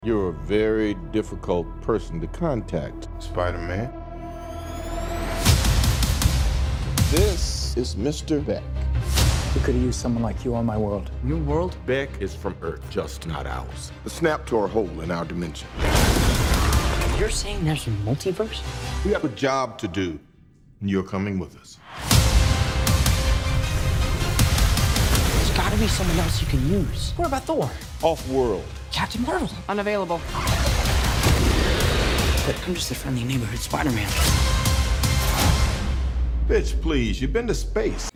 You're a very difficult person to contact, Spider-Man. This is Mr. Beck. We could have used someone like you on my world. Your world? Beck is from Earth, just not ours. The snap tore a hole in our dimension. You're saying there's a multiverse? We have a job to do, and you're coming with us. There's gotta be someone else you can use. What about Thor? Off-world. Captain Marvel? Unavailable. But I'm just a friendly neighborhood Spider-Man. Bitch, please, you've been to space.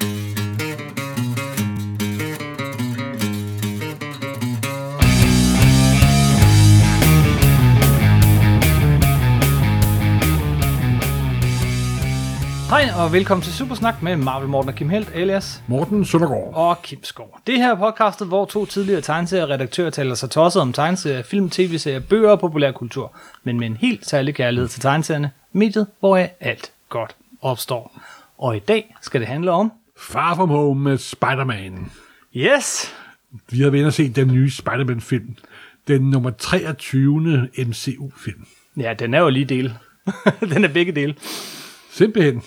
Hej og velkommen til Supersnak med Marvel Morten og Kim Helt, alias Morten Søndergaard og Kim Skov. Det her er podcastet, hvor to tidligere tegneserieredaktører taler sig tosset om tegneserier, film, tv-serier, bøger og populærkultur, men med en helt særlig kærlighed til tegneserierne, mediet, hvoraf alt godt opstår. Og i dag skal det handle om Far From Home med Spider-Man. Yes! Vi har været inde og set den nye Spider-Man-film. Den nummer 23. MCU-film. Ja, den er jo lige del. Den er begge dele. Simpelthen.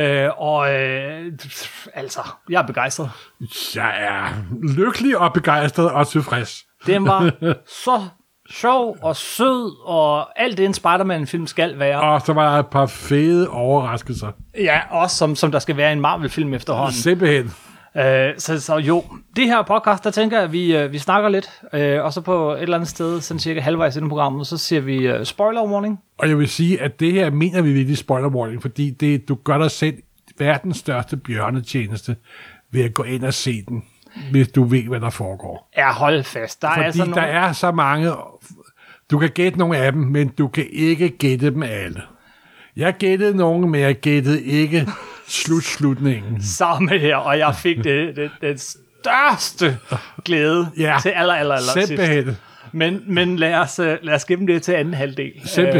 Altså, jeg er begejstret. Jeg er lykkelig og begejstret og tilfreds. Den var så sjov og sød, og alt det en Spider-Man-film skal være. Og så var der et par fede overraskelser. Ja, også som der skal være en Marvel-film efterhånden. Simpelthen. Så jo, det her podcast, der tænker jeg, at vi snakker lidt, og så på et eller andet sted, sådan cirka halvvejs inden programmet, så siger vi spoiler warning. Og jeg vil sige, at det her mener vi virkelig spoiler warning, fordi du gør dig selv verdens største bjørnetjeneste ved at gå ind og se den, hvis du ved, hvad der foregår. Ja, hold fast. Fordi der er så mange. Du kan gætte nogle af dem, men du kan ikke gætte dem alle. Jeg gættede nogle, men jeg gættede ikke slutningen. Samme her, og jeg fik den største glæde til aller simpelthen. sidst. Men lad os gemme det til anden halvdel.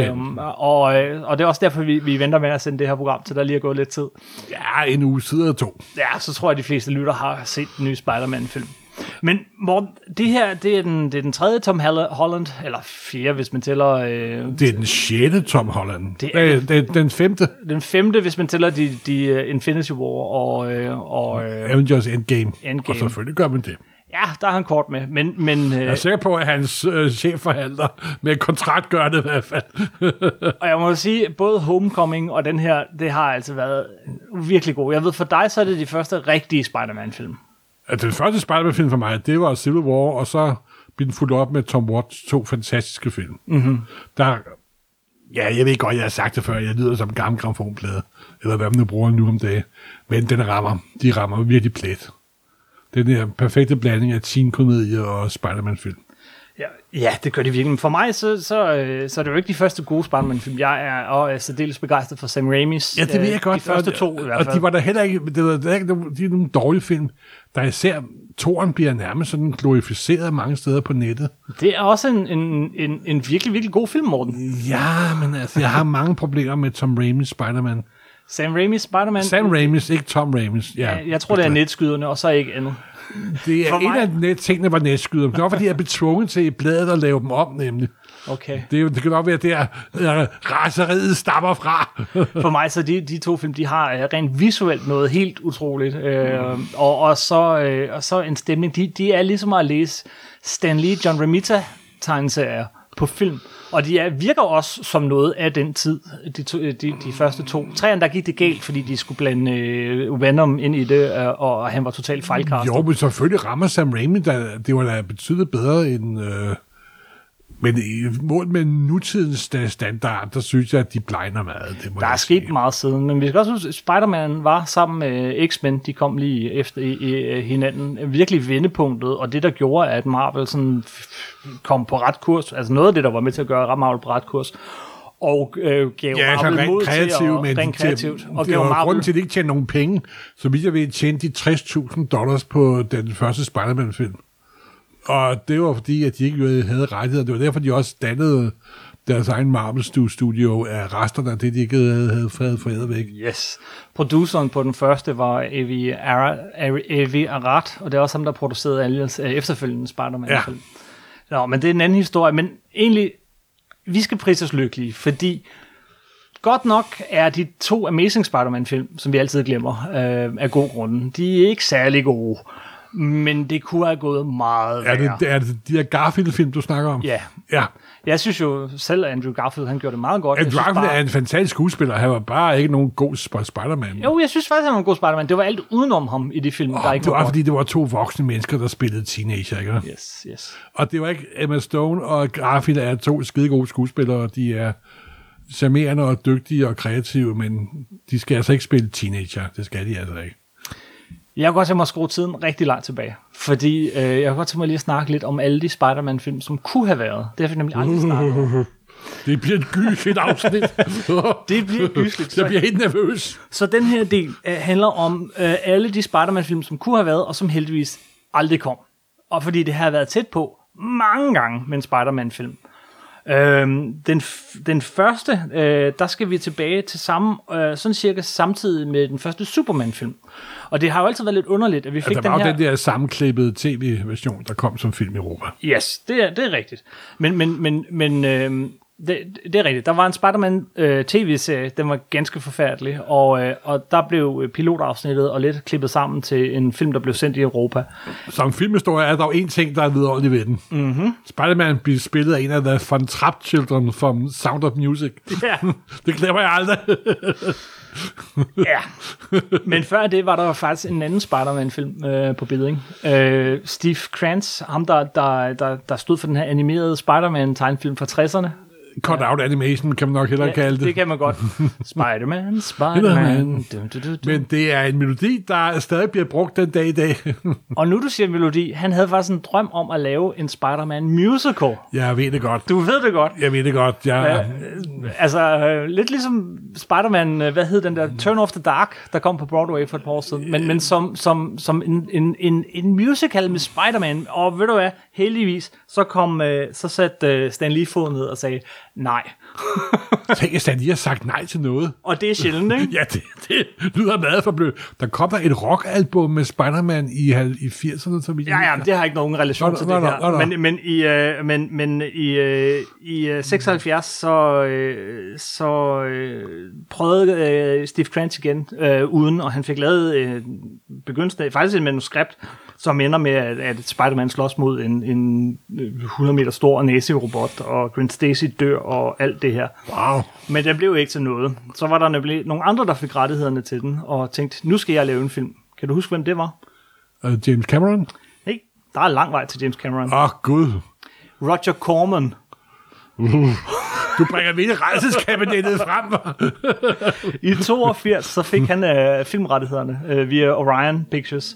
Og det er også derfor, vi venter med at sende det her program, til der lige er gået lidt tid. Ja, en uge siden eller to. Ja, så tror jeg, de fleste lytter har set den nye Spider-Man-film. Men Morten, det her, det er den tredje Tom Holland, eller fjerde, hvis man tæller... Det er den sjette Tom Holland. Det er den femte. Den femte, hvis man tæller de Infinity War og Avengers Endgame. Og selvfølgelig gør man det. Ja, der er han kort med, men jeg er sikker på, at hans chefforhandler med kontrakt gør det i hvert fald. Og jeg må sige, både Homecoming og den her, det har altså været virkelig god. Jeg ved, for dig så er det de første rigtige Spider-Man-film. Den første Spider-Man-film for mig, det var Civil War, og så blev den fuldt op med Tom Watts 2 fantastiske film. Mm-hmm. Jeg ved godt, jeg har sagt det før, jeg lyder som en gammel grammofonplade, eller hvad man nu bruger nu om dagen, men de rammer virkelig plet. Den der perfekte blanding af teen-komedie og Spider-Man-film. Ja, det gør det virkelig. Men for mig, så er det jo ikke de første gode Spider-Man-film. Jeg er særdeles begejstret for Sam Raimis. Ja, det ved jeg godt. De første to i hvert fald. Og de var der heller ikke, de er nogle dårlige film. Der især toren bliver nærmest sådan glorificeret mange steder på nettet. Det er også en virkelig, virkelig god film, Morten. Ja, men altså, jeg har mange problemer med Tom Raimis Spider-Man. Sam Raimis Spider-Man? Sam Raimis, ikke Tom Raimis. Ja, jeg tror, det er netskyderne, og så ikke andet. Det er en af tingene, var netskyderne. Det var, fordi jeg blev tvunget til i bladet at lave dem om, nemlig. Okay. Det kan nok være, der raseriet stammer fra. For mig, så de to film, de har rent visuelt noget helt utroligt. Og så en stemning. De er ligesom at læse Stan Lee, John Romita tegneserier på film. Og de virker også som noget af den tid, de første to. Træerne, der gik det galt, fordi de skulle blande Venom ind i det, og han var totalt fejlkastet. Jo, men selvfølgelig rammer Sam Raimi, det var da betydeligt bedre end... Men i mål med nutidens standard, der synes jeg, at de blegner meget. Der er sket meget siden, men vi skal også huske, at Spider-Man var sammen med X-Men, de kom lige efter i hinanden, virkelig vendepunktet, og det der gjorde, at Marvel sådan kom på ret kurs, altså noget af det, der var med til at gøre Marvel på ret kurs, og gav Marvel mod rent kreativt. Og det var grunden til, at de ikke tjente nogen penge, så vidt jeg ved, tjente de $60,000 på den første Spider-Man-film. Og det var fordi, at de ikke havde rettigheder. Det var derfor, de også dannede deres egen Marvel-studio af resterne af det, de ikke havde foræret væk. Yes. Produceren på den første var Avi Arad, og det er også ham, der producerede alle efterfølgende Spider-Man-film. Nå, men det er en anden historie, men egentlig, vi skal prise os lykkelige, fordi godt nok er de 2 Amazing Spider-Man-film, som vi altid glemmer, af god grunde. De er ikke særlig gode, men det kunne have gået meget værre. Er det de her Garfield-film, du snakker om? Ja. Ja. Jeg synes jo selv, at Andrew Garfield, han gjorde det meget godt. Andrew Garfield er en fantastisk skuespiller. Han var bare ikke nogen god Spider-Man. Jo, jeg synes faktisk, han var en god Spider-Man. Det var alt udenom ham i de film, der ikke det var godt. fordi, det var 2 voksne mennesker, der spillede teenager, ikke? Yes. Og det var ikke Emma Stone og Garfield er 2 skide gode skuespillere. De er charmerende og dygtige og kreative, men de skal altså ikke spille teenager. Det skal de altså ikke. Jeg kunne godt tænke mig at skrue tiden rigtig langt tilbage, fordi jeg kunne godt tænke mig lige at snakke lidt om alle de Spider-Man-film, som kunne have været. Det har vi nemlig aldrig snakket om. Det bliver et gysligt afsnit. Det bliver gysligt. Jeg bliver helt nervøs. Så den her del handler om alle de Spider-Man-film, som kunne have været, og som heldigvis aldrig kom. Og fordi det har været tæt på mange gange med en Spider-Man-film. Den første, der skal vi tilbage til sådan cirka samtidig med den første Superman-film. Og det har jo altid været lidt underligt, at vi fik der den var her... den der sammenklippede tv-version, der kom som film i Europa. Yes, det er rigtigt. Men det er rigtigt. Der var en Spider-Man tv-serie, den var ganske forfærdelig, og der blev pilotafsnittet og lidt klippet sammen til en film, der blev sendt i Europa. Som filmhistorie er der jo en ting, der er vidunderlig ved den. Mm-hmm. Spider-Man bliver spillet af en af The Von Trapp Children from Sound of Music. Ja. Det glemmer jeg aldrig. Ja, men før det var der faktisk en anden Spider-Man-film på billedet. Steve Krantz, ham der stod for den her animerede Spider-Man-tegnefilm fra 60'erne. Cut-out animation, kan man nok hellere kalde det. Det kan man godt. Spider-Man. Men det er en melodi, der stadig bliver brugt den dag i dag. Og nu du siger melodi, han havde faktisk en drøm om at lave en Spider-Man musical. Jeg ved det godt. Du ved det godt. Jeg ved det godt. Lidt ligesom Spider-Man, hvad hed den der, Turn Off the Dark, der kom på Broadway for et par år siden, men som en musical med Spider-Man, og ved du hvad, heldigvis, så satte Stan Lee foden ned og sagde, nej. Tænk, at Stan Lee har sagt nej til noget. Og det er sjældent, ikke? Ja, det lyder meget for blødt. Der kom der et rockalbum med Spider-Man i 80'erne, som vi... Ja, det har ikke nogen relation til det her. Men i 76, så prøvede Steve Krantz igen uden, og han fik lavet begyndelsen af faktisk et manuskript, som ender med, at Spider-Man slås mod en 100 meter stor næserobot, og Gwen Stacy dør, og alt det her. Wow. Men det blev ikke til noget. Så var der nemlig nogle andre, der fik rettighederne til den, og tænkte, nu skal jeg lave en film. Kan du huske, hvem det var? James Cameron? Nej, der er lang vej til James Cameron. Gud. Roger Corman. Du bringer virkelig rejseskabinettet frem. I 82 så fik han filmrettighederne via Orion Pictures.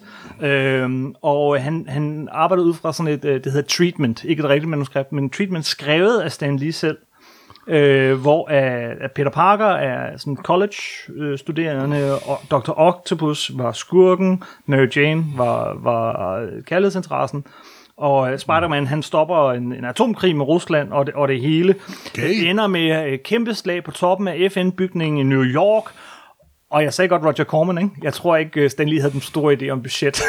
Og han arbejdede ud fra sådan et, det hedder Treatment, ikke et rigtigt manuskript, men Treatment skrevet af Stan Lee selv. Hvor Peter Parker er sådan college-studerende, og Dr. Octopus var skurken, Mary Jane var kærlighedsinteressen, og Spider-Man, han stopper en atomkrig med Rusland og det hele. Okay. Det ender med et kæmpe slag på toppen af FN-bygningen i New York. Og jeg sagde godt Roger Corman, ikke? Jeg tror ikke, Stan Lee havde den store idé om budget.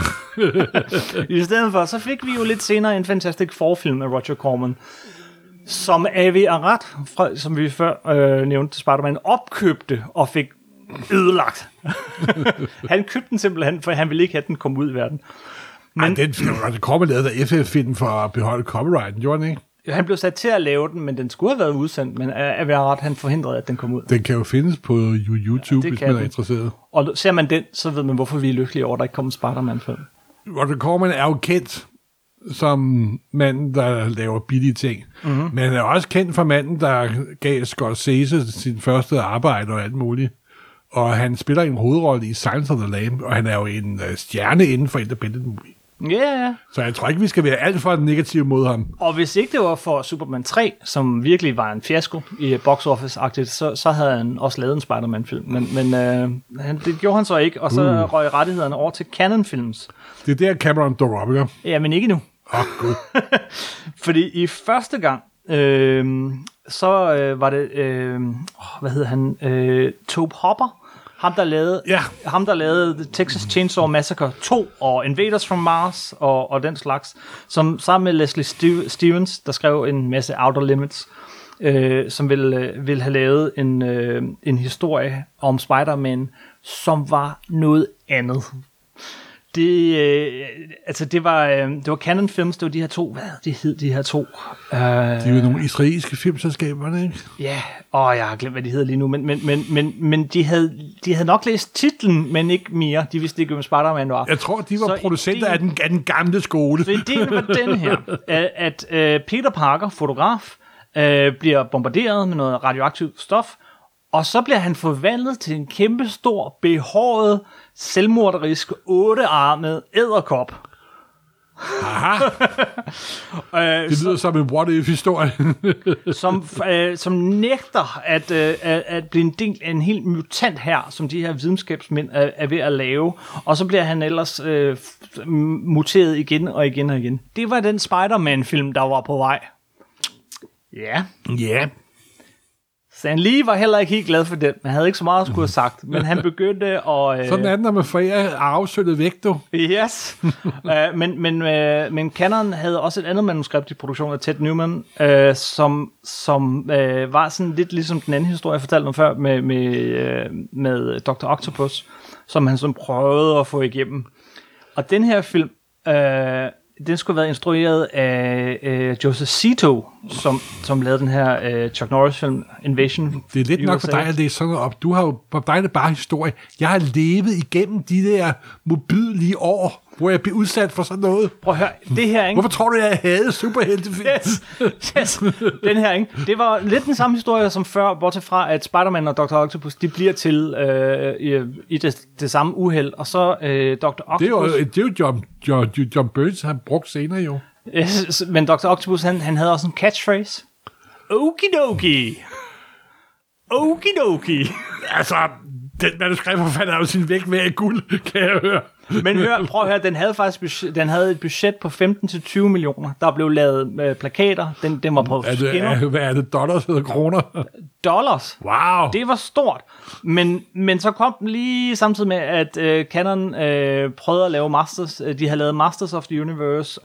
I stedet for, så fik vi jo lidt senere en Fantastic Four-film af Roger Corman, som A.V. Arad, som vi før nævnte til Spider-Man, opkøbte og fik ødelagt. Han købte den simpelthen, for han ville ikke have den komme ud i verden. Men den Corman lavede af FF-filmen for at beholde copyrighten, gjorde den ikke? Han blev sat til at lave den, men den skulle have været udsendt, men A.V. Arad, han forhindrede, at den kom ud. Den kan jo findes på YouTube, hvis man er interesseret. Og ser man den, så ved man, hvorfor vi er lykkelige over, at der ikke kom en Spider-Man-film. Roger Corman er jo kendt som manden, der laver billige ting. Mm-hmm. Men han er også kendt for manden, der gav Scorsese sin første arbejde og alt muligt. Og han spiller en hovedrolle i Silence of the Lambs, og han er jo en stjerne inden for independent movie. Ja, yeah. Så jeg tror ikke, vi skal være alt for negativ mod ham. Og hvis ikke det var for Superman 3, som virkelig var en fiasko i box office-agtigt, så havde han også lavet en Spider-Man-film. Men det gjorde han så ikke, og så røg rettighederne over til Canon Films. Det er der Cameron dukker op, ikke? Ja, men ikke nu. Gud. Fordi i første gang, så var det, hvad hedder han, Tobe Hopper, ham, der lavede The Texas Chainsaw Massacre 2 og Invaders from Mars og den slags, som sammen med Leslie Stevens, der skrev en masse Outer Limits, som ville have lavet en historie om Spider-Man, som var noget andet. Det var Canon Films, det var de her to, hvad hed de her to? De er jo nogle israelske filmselskaber, ikke? Ja, jeg har glemt, hvad de hedder lige nu, men de havde nok læst titlen, men ikke mere. De vidste ikke, hvem Spider-Man var. Jeg tror, de var producenter af den gamle skole. Så ideen var den her, at Peter Parker, fotograf, bliver bombarderet med noget radioaktivt stof, og så bliver han forvandlet til en kæmpestor, behåret, selvmorderisk, 8-armet edderkop. Aha! Det lyder som en what-if-historie. som nægter at blive en del af en helt mutant her, som de her videnskabsmænd er ved at lave. Og så bliver han ellers muteret igen og igen og igen. Det var den Spider-Man-film, der var på vej. Ja. Ja. Stan Lee var heller ikke helt glad for den. Han havde ikke så meget at skulle have sagt, men han begyndte at... Sådan er den, når man forærer arvesølvet væk, du. Yes. Men Canon havde også et andet manuskript i produktion af Ted Newman, som var sådan lidt ligesom den anden historie, jeg fortalte om før, med Dr. Octopus, som han sådan prøvede at få igennem. Og den her film... den skulle have været instrueret af Joseph Zito, som lavede den her Chuck Norris-film Invasion. Det er lidt nok for dig at læse sådan noget op. Du har jo, for dig er det bare historie. Jeg har levet igennem de der modbydelige år, hvor jeg blev udsat for sådan noget. Prøv at høre, det her, ikke? Hvorfor tror du, jeg havde superheltefilm? Yes. Den her, ikke? Det var lidt den samme historie som før, bortset fra, at Spider-Man og Dr. Octopus, de bliver til i det samme uheld, og så Dr. Octopus... Det er jo John Burns, han brugte senere jo. Yes, men Dr. Octopus, han havde også en catchphrase. Okidoki. Okidoki. Altså, den manuskriptforfatter er jo sin vægt med guld, kan jeg høre. Men prøv at høre, den havde et budget på 15-20 millioner. Der blev lavet plakater. Den var på skinner. Hvad er det? Dollars eller kroner? Dollars. Wow. Det var stort. Men så kom den lige samtidig med, at Canon prøvede at lave Masters. De havde lavet Masters of the Universe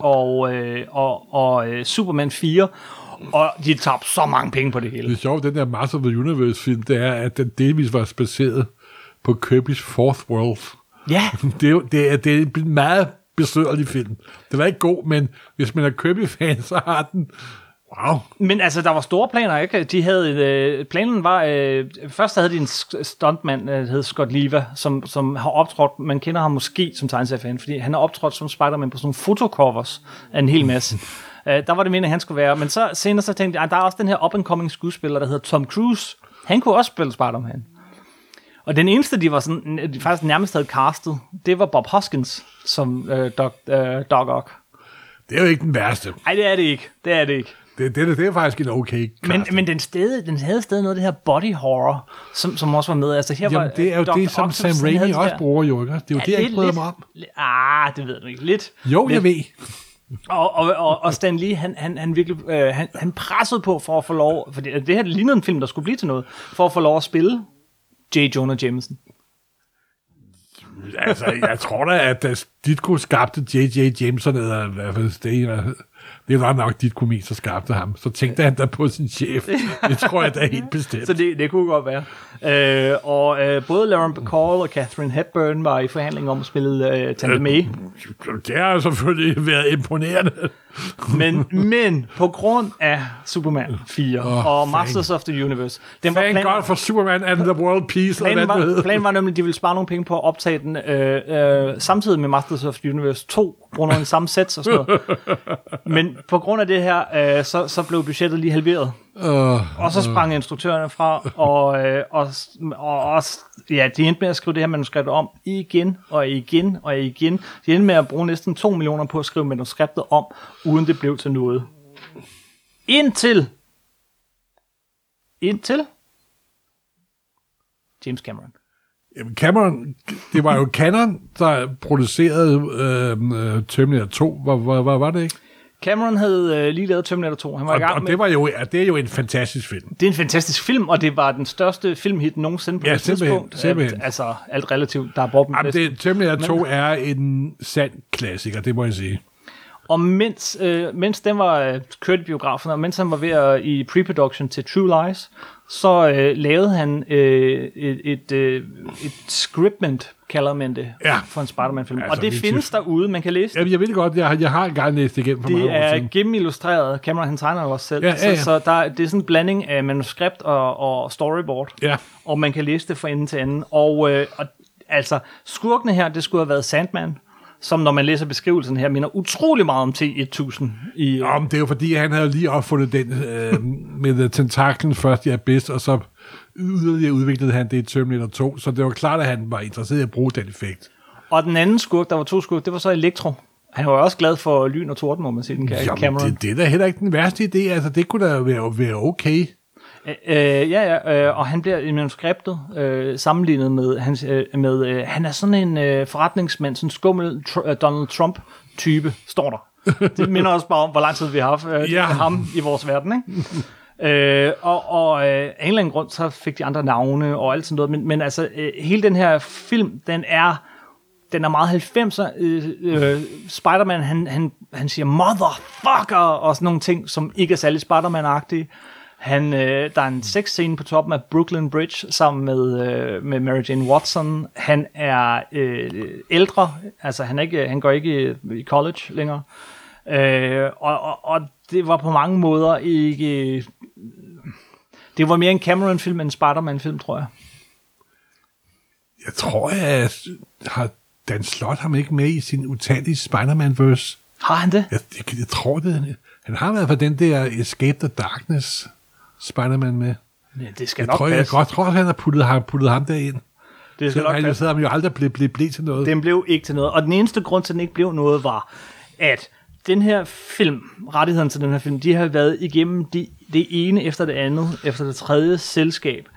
og Superman 4. Og de tabte så mange penge på det hele. Det er sjovt, den der Masters of the Universe-film, det er, at den delvis var baseret på Kirby's Fourth World. Ja. Det er en meget besøgerlig film. Det var ikke god, men hvis man er Kirby-fan, så har den... Wow. Men altså, der var store planer, ikke? De havde... planen var... først havde de en stuntmand, der hed Scott Leva, som har optrådt... Man kender ham måske som tegneseriefan, fordi han har optrådt som Spider-Man på sådan nogle fotocovers af en hel masse. Der var det meningen, han skulle være. Men så senere så tænkte jeg, der er også den her up-and-coming skuespiller, der hedder Tom Cruise. Han kunne også spille Spider-Man. Og den eneste, de faktisk nærmest havde castet, det var Bob Hoskins som Doc Ock. Det er jo ikke den værste. Nej, det er det ikke. Det er faktisk en okay cast. Men den havde stadig noget af det her body horror, som også var med. Altså, her jamen, var, det er jo Dr. det, som Octopus, Sam Raimi også bruger jo, ikke? Det er jo det, jeg ikke bryder mig om. Det ved du ikke. Lidt. Jo, jeg ved. Og Stan Lee, han virkelig, han pressede på for at få lov, for det her lignede en film, der skulle blive til noget, for at få lov at spille J. Jonah Jameson. Altså, jeg tror da, at Ditko skabte J.J. Jameson, eller i hvert fald det var nok Ditko mest, der skabte ham. Så tænkte han da på sin chef. Det tror jeg da er helt bestemt. Så det kunne godt være. Både Lauren Bacall og Catherine Hepburn var i forhandling om at spille Tante May. Det har selvfølgelig været imponerende. Men på grund af Superman 4 og Masters of the Universe. Thank God for Superman and the World Peace. Planen var nemlig, at de ville spare nogle penge på at optage den samtidig med Masters of the Universe 2, bruger nogle samme sets og sådan noget. Men på grund af det her, så blev budgettet lige halveret. Og så sprang instruktørerne fra, og de endte med at skrive det her manuskript om igen og igen og igen. De endte med at bruge næsten 2 millioner på at skrive manuskriptet om, uden det blev til noget. Indtil James Cameron. Cameron, det var jo Canon, der producerede Terminator 2. Var det ikke? Cameron havde lige lavet Terminator 2. Han var i gang med... det er jo en fantastisk film. Det er en fantastisk film, og det var den største filmhit nogensinde på det tidspunkt. Simpelthen. Altså, alt relativt, der er brugt med Terminator 2 er en sand klassiker, det må jeg sige. Og mens den var kørt i biografen, og mens han var ved at i pre-production til True Lies, så lavede han et scriptment, kalder man det, for en Spider-Man-film. Altså, og det findes derude, man kan læse det. Jeg ved det godt, jeg har engang læst det igennem for mange år siden. Det er gennemillustreret. Cameron, han tegner jo også selv. Så det er sådan en blanding af manuskript og storyboard. Ja. Og man kan læse det fra ende til anden. Og altså, skurkene her, det skulle have været Sandman, som når man læser beskrivelsen her, minder utrolig meget om T-1000. Det er jo fordi, han havde lige opfundet den med tentaklen først i Abyss, og så yderligere udviklede han det i Terminator 2, så det var klart, at han var interesseret i at bruge den effekt. Og den anden skurk, der var 2 skurk, det var så Electro. Han var også glad for lyn og torden, må man sige, den Cameron. Det er da heller ikke den værste idé, altså det kunne da være okay. Og han bliver i manuskriptet sammenlignet med han er sådan en forretningsmand, sådan en skummel Donald Trump-type, står der. Det minder også bare om, hvor lang tid vi har haft ham i vores verden, ikke? Og af en eller anden grund, så fik de andre navne og alt sådan noget, men altså, hele den her film, den er meget 90'er. Spider-Man, han siger motherfucker, og sådan nogle ting, som ikke er særlig Spider-Man-agtige. Der er en sexscene på toppen af Brooklyn Bridge sammen med Mary Jane Watson. Han er ældre, altså han går ikke i college længere. Og det var på mange måder ikke... Det var mere en Cameron-film end en Spider-Man-film, tror jeg. Jeg tror, har Dan Slott ham ikke med i sin utallige Spider-Man-verse? Har han det? Jeg tror det. Han har været for den der Escape the Darkness Spider-Man med. Ja, det skal nok passe. Jeg tror, at han har puttet ham derind. Det skal nok passe. Han jo aldrig blev til noget. Den blev ikke til noget. Og den eneste grund til, at den ikke blev noget, var, at den her film, rettigheden til den her film, de har været igennem det ene efter det andet, efter det tredje selskab.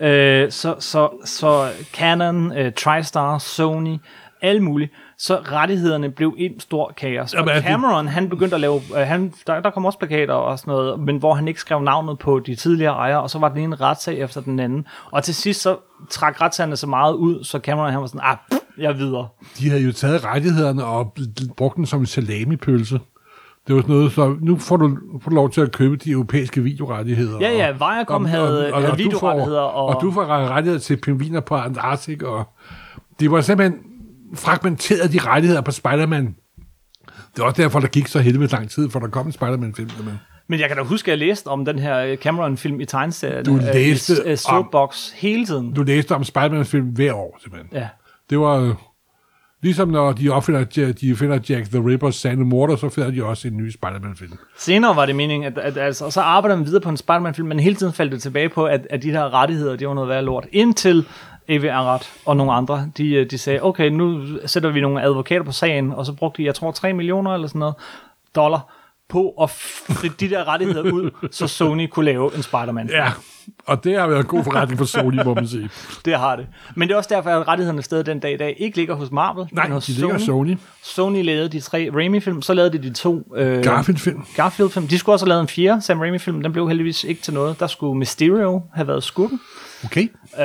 Så Canon, TriStar, Sony, alle mulige, så rettighederne blev en stor kaos. Og Cameron, han begyndte at lave, der kom også plakater og sådan noget, men hvor han ikke skrev navnet på de tidligere ejere, og så var den ene retssag efter den anden. Og til sidst så trak retssagerne så meget ud, så Cameron han var sådan, jeg er videre. De havde jo taget rettighederne og brugt den som en salamipølse. Det var sådan noget, så nu får du lov til at købe de europæiske videorettigheder. Ja, Viacom havde videorettigheder. Og du får rettigheder til pingviner på Antarktik, og det var simpelthen fragmenteret de rettigheder på Spider-Man. Det er også derfor, der gik så helvedes lang tid, for der kom en Spider-Man-film. Men jeg kan da huske, at jeg læste om den her Cameron-film i tegneserien. Du læste Soapbox hele tiden. Du læste om Spider-Man-film hver år, simpelthen. Ja. Det var ligesom når de finder Jack the Ripper, Sand Mortar, så finder de også en ny Spider-Man-film. Senere var det meningen, at så arbejder man videre på en Spider-Man-film, men hele tiden faldt det tilbage på, at de her rettigheder, det var noget værd lort. Indtil A.V. Arad og nogle andre, de sagde, okay, nu sætter vi nogle advokater på sagen, og så brugte de, jeg tror, 3 millioner eller sådan noget dollar på at flytte de der rettigheder ud, så Sony kunne lave en Spider-Man. Ja, og det har været en god forretning for Sony, må man sige. Det har det. Men det er også derfor, at rettighederne stadig den dag i dag ikke ligger hos Marvel, nej, men hos de ligger hos Sony. Sony lavede de 3 Raimi-film, så lavede de 2 Garfield-film. De skulle også have lavet en 4 Sam Raimi-film, den blev heldigvis ikke til noget. Der skulle Mysterio have været skurken. Okay.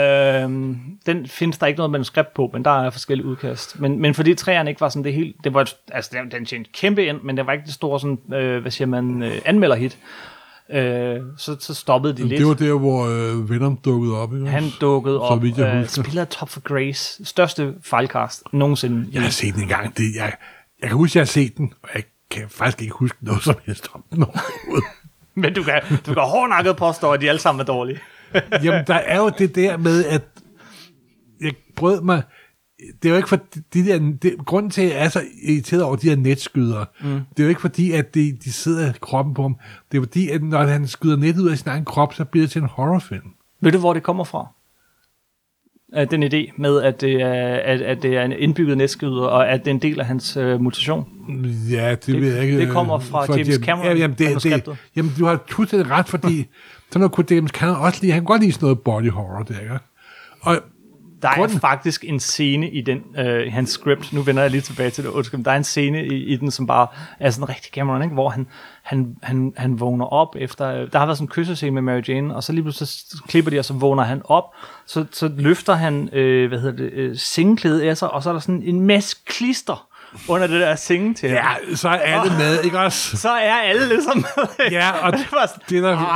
Den findes der ikke noget manuskript på, men der er forskellige udkast. Men fordi 3'eren ikke var sådan det helt... Det var, altså, den tjente kæmpe ind, men det var ikke det store sådan, anmelderhit. Så stoppede de lidt. Det var der, hvor Venom dukkede op, ikke? Han dukkede op. Så spiller Top for Grace. Største fejlcast nogensinde. Jeg har set den engang. Jeg kan huske, at jeg har set den, og jeg kan faktisk ikke huske noget som helst om den overhovedet. Men du kan hårdnakket påstå, at de alle sammen er dårlige. Jamen, der er jo det der med, at jeg brød mig... Det er jo ikke for de der... Grunden til, at jeg er så irriteret over de her netskyder, det er jo ikke fordi, at de sidder i kroppen på ham. Det er fordi, at når han skyder net ud af sin egen krop, så bliver det til en horrorfilm. Ved du, hvor det kommer fra? Den idé med, at det er en indbygget netskyder, og at det er en del af hans mutation. Ja, det ved jeg ikke. Det kommer fra James Cameron. Jamen, du har fuldstændig ret, fordi sådan noget kunne James Cameron også lide. Han kunne godt lide sådan noget body horror, der, ikke? Og Der er faktisk en scene i den, hans script, nu vender jeg lige tilbage til det, undskyld, der er en scene i den, som bare er sådan rigtig Cameron, ikke? Hvor han vågner op efter, der har været sådan en kyssescene med Mary Jane, og så lige pludselig så klipper de, og så vågner han op, så løfter han, sengeklædet af sig, og så er der sådan en masse klister under det der senge til ham. Ja, så er alle med, ikke også? Så er alle ligesom med. Ja, og det var sådan,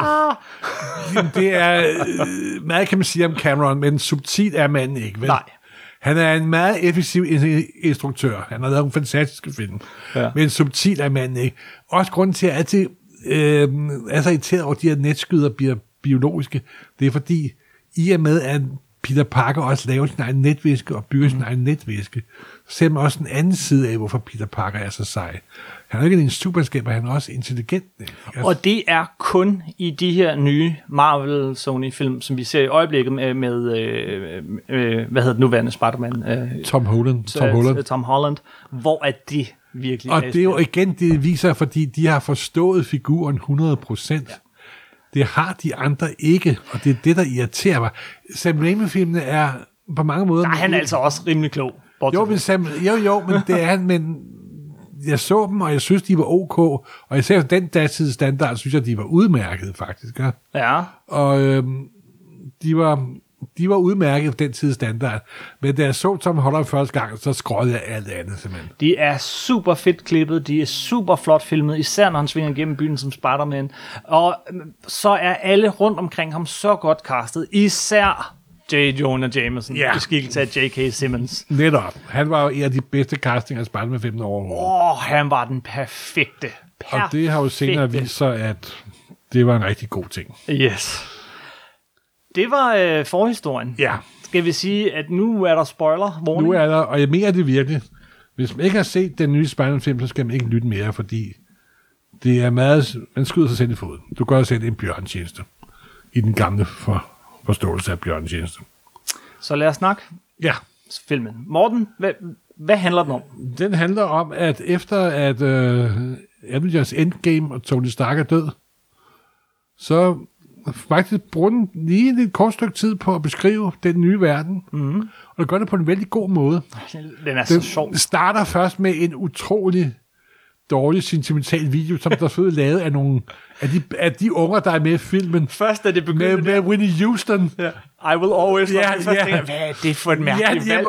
det er meget, kan man sige om Cameron, men subtil er manden ikke, vel? Nej. Han er en meget effektiv instruktør. Han har lavet nogle fantastiske film. Ja. Men subtil er manden ikke. Også grunden til, at jeg altid er så irriteret over, at de her netskyder bliver biologiske, det er fordi, i og med, at Peter Parker også laver sin egen netvæske og bygger sin egen netvæske, så ser man også en anden side af, hvorfor Peter Parker er så sej. Han er ikke en superskaber, han er også intelligent. Og det er kun i de her nye Marvel Sony-film, som vi ser i øjeblikket med hvad hedder det nuværende Spider-Man? Tom Holland, hvor er det virkelig... Og det er jo igen, det viser, fordi de har forstået figuren 100%. Ja. Det har de andre ikke, og det er det, der irriterer mig. Sam Raimi-filmene er på mange måder... Nej, han er altså også rimelig klog. Jo, men det er han, men jeg så dem, og jeg synes, de var ok, og især den datidens standard, synes jeg, de var udmærket, faktisk. Ja. Og de var udmærket på den tids standard, men da jeg så Tom Holland første gang, så skråede jeg alt andet, simpelthen. De er super fedt klippet, de er super flot filmet, især når han svinger gennem byen som Spider-Man, og så er alle rundt omkring ham så godt castet, især J. Jonah Jameson, i skikkelse af J.K. Simmons. Netop. Han var jo en af de bedste castinger af Spider-Man-filmen overhovedet. Han var den perfekte. Og det har jo senere vist sig, at det var en rigtig god ting. Yes. Det var forhistorien. Ja. Skal vi sige, at nu er der spoiler? Warning? Nu er der, og jeg mener det virkelig. Hvis man ikke har set den nye Spider-Man-film, så skal man ikke lytte mere, fordi det er meget... Man skyder sig selv i foden. Du gør selv en bjørntjeneste i den gamle forståelse af bjørntjeneste. Så lad os snakke. Ja. Filmen. Morten, hvad handler den om? Den handler om, at efter at Avengers Endgame og Tony Stark er død, så faktisk bruger den lige et kort stykke tid på at beskrive den nye verden. Mm. Og det gør det på en vældig god måde. Den er så sjov. Den starter først med en utrolig dårlig sentimental video, som der er lavet af nogle af de unger, der er med i filmen. Først er det begyndt med Whitney Houston. Ja. I will always love you. Tænker, hvad er det for et mærkeligt valg?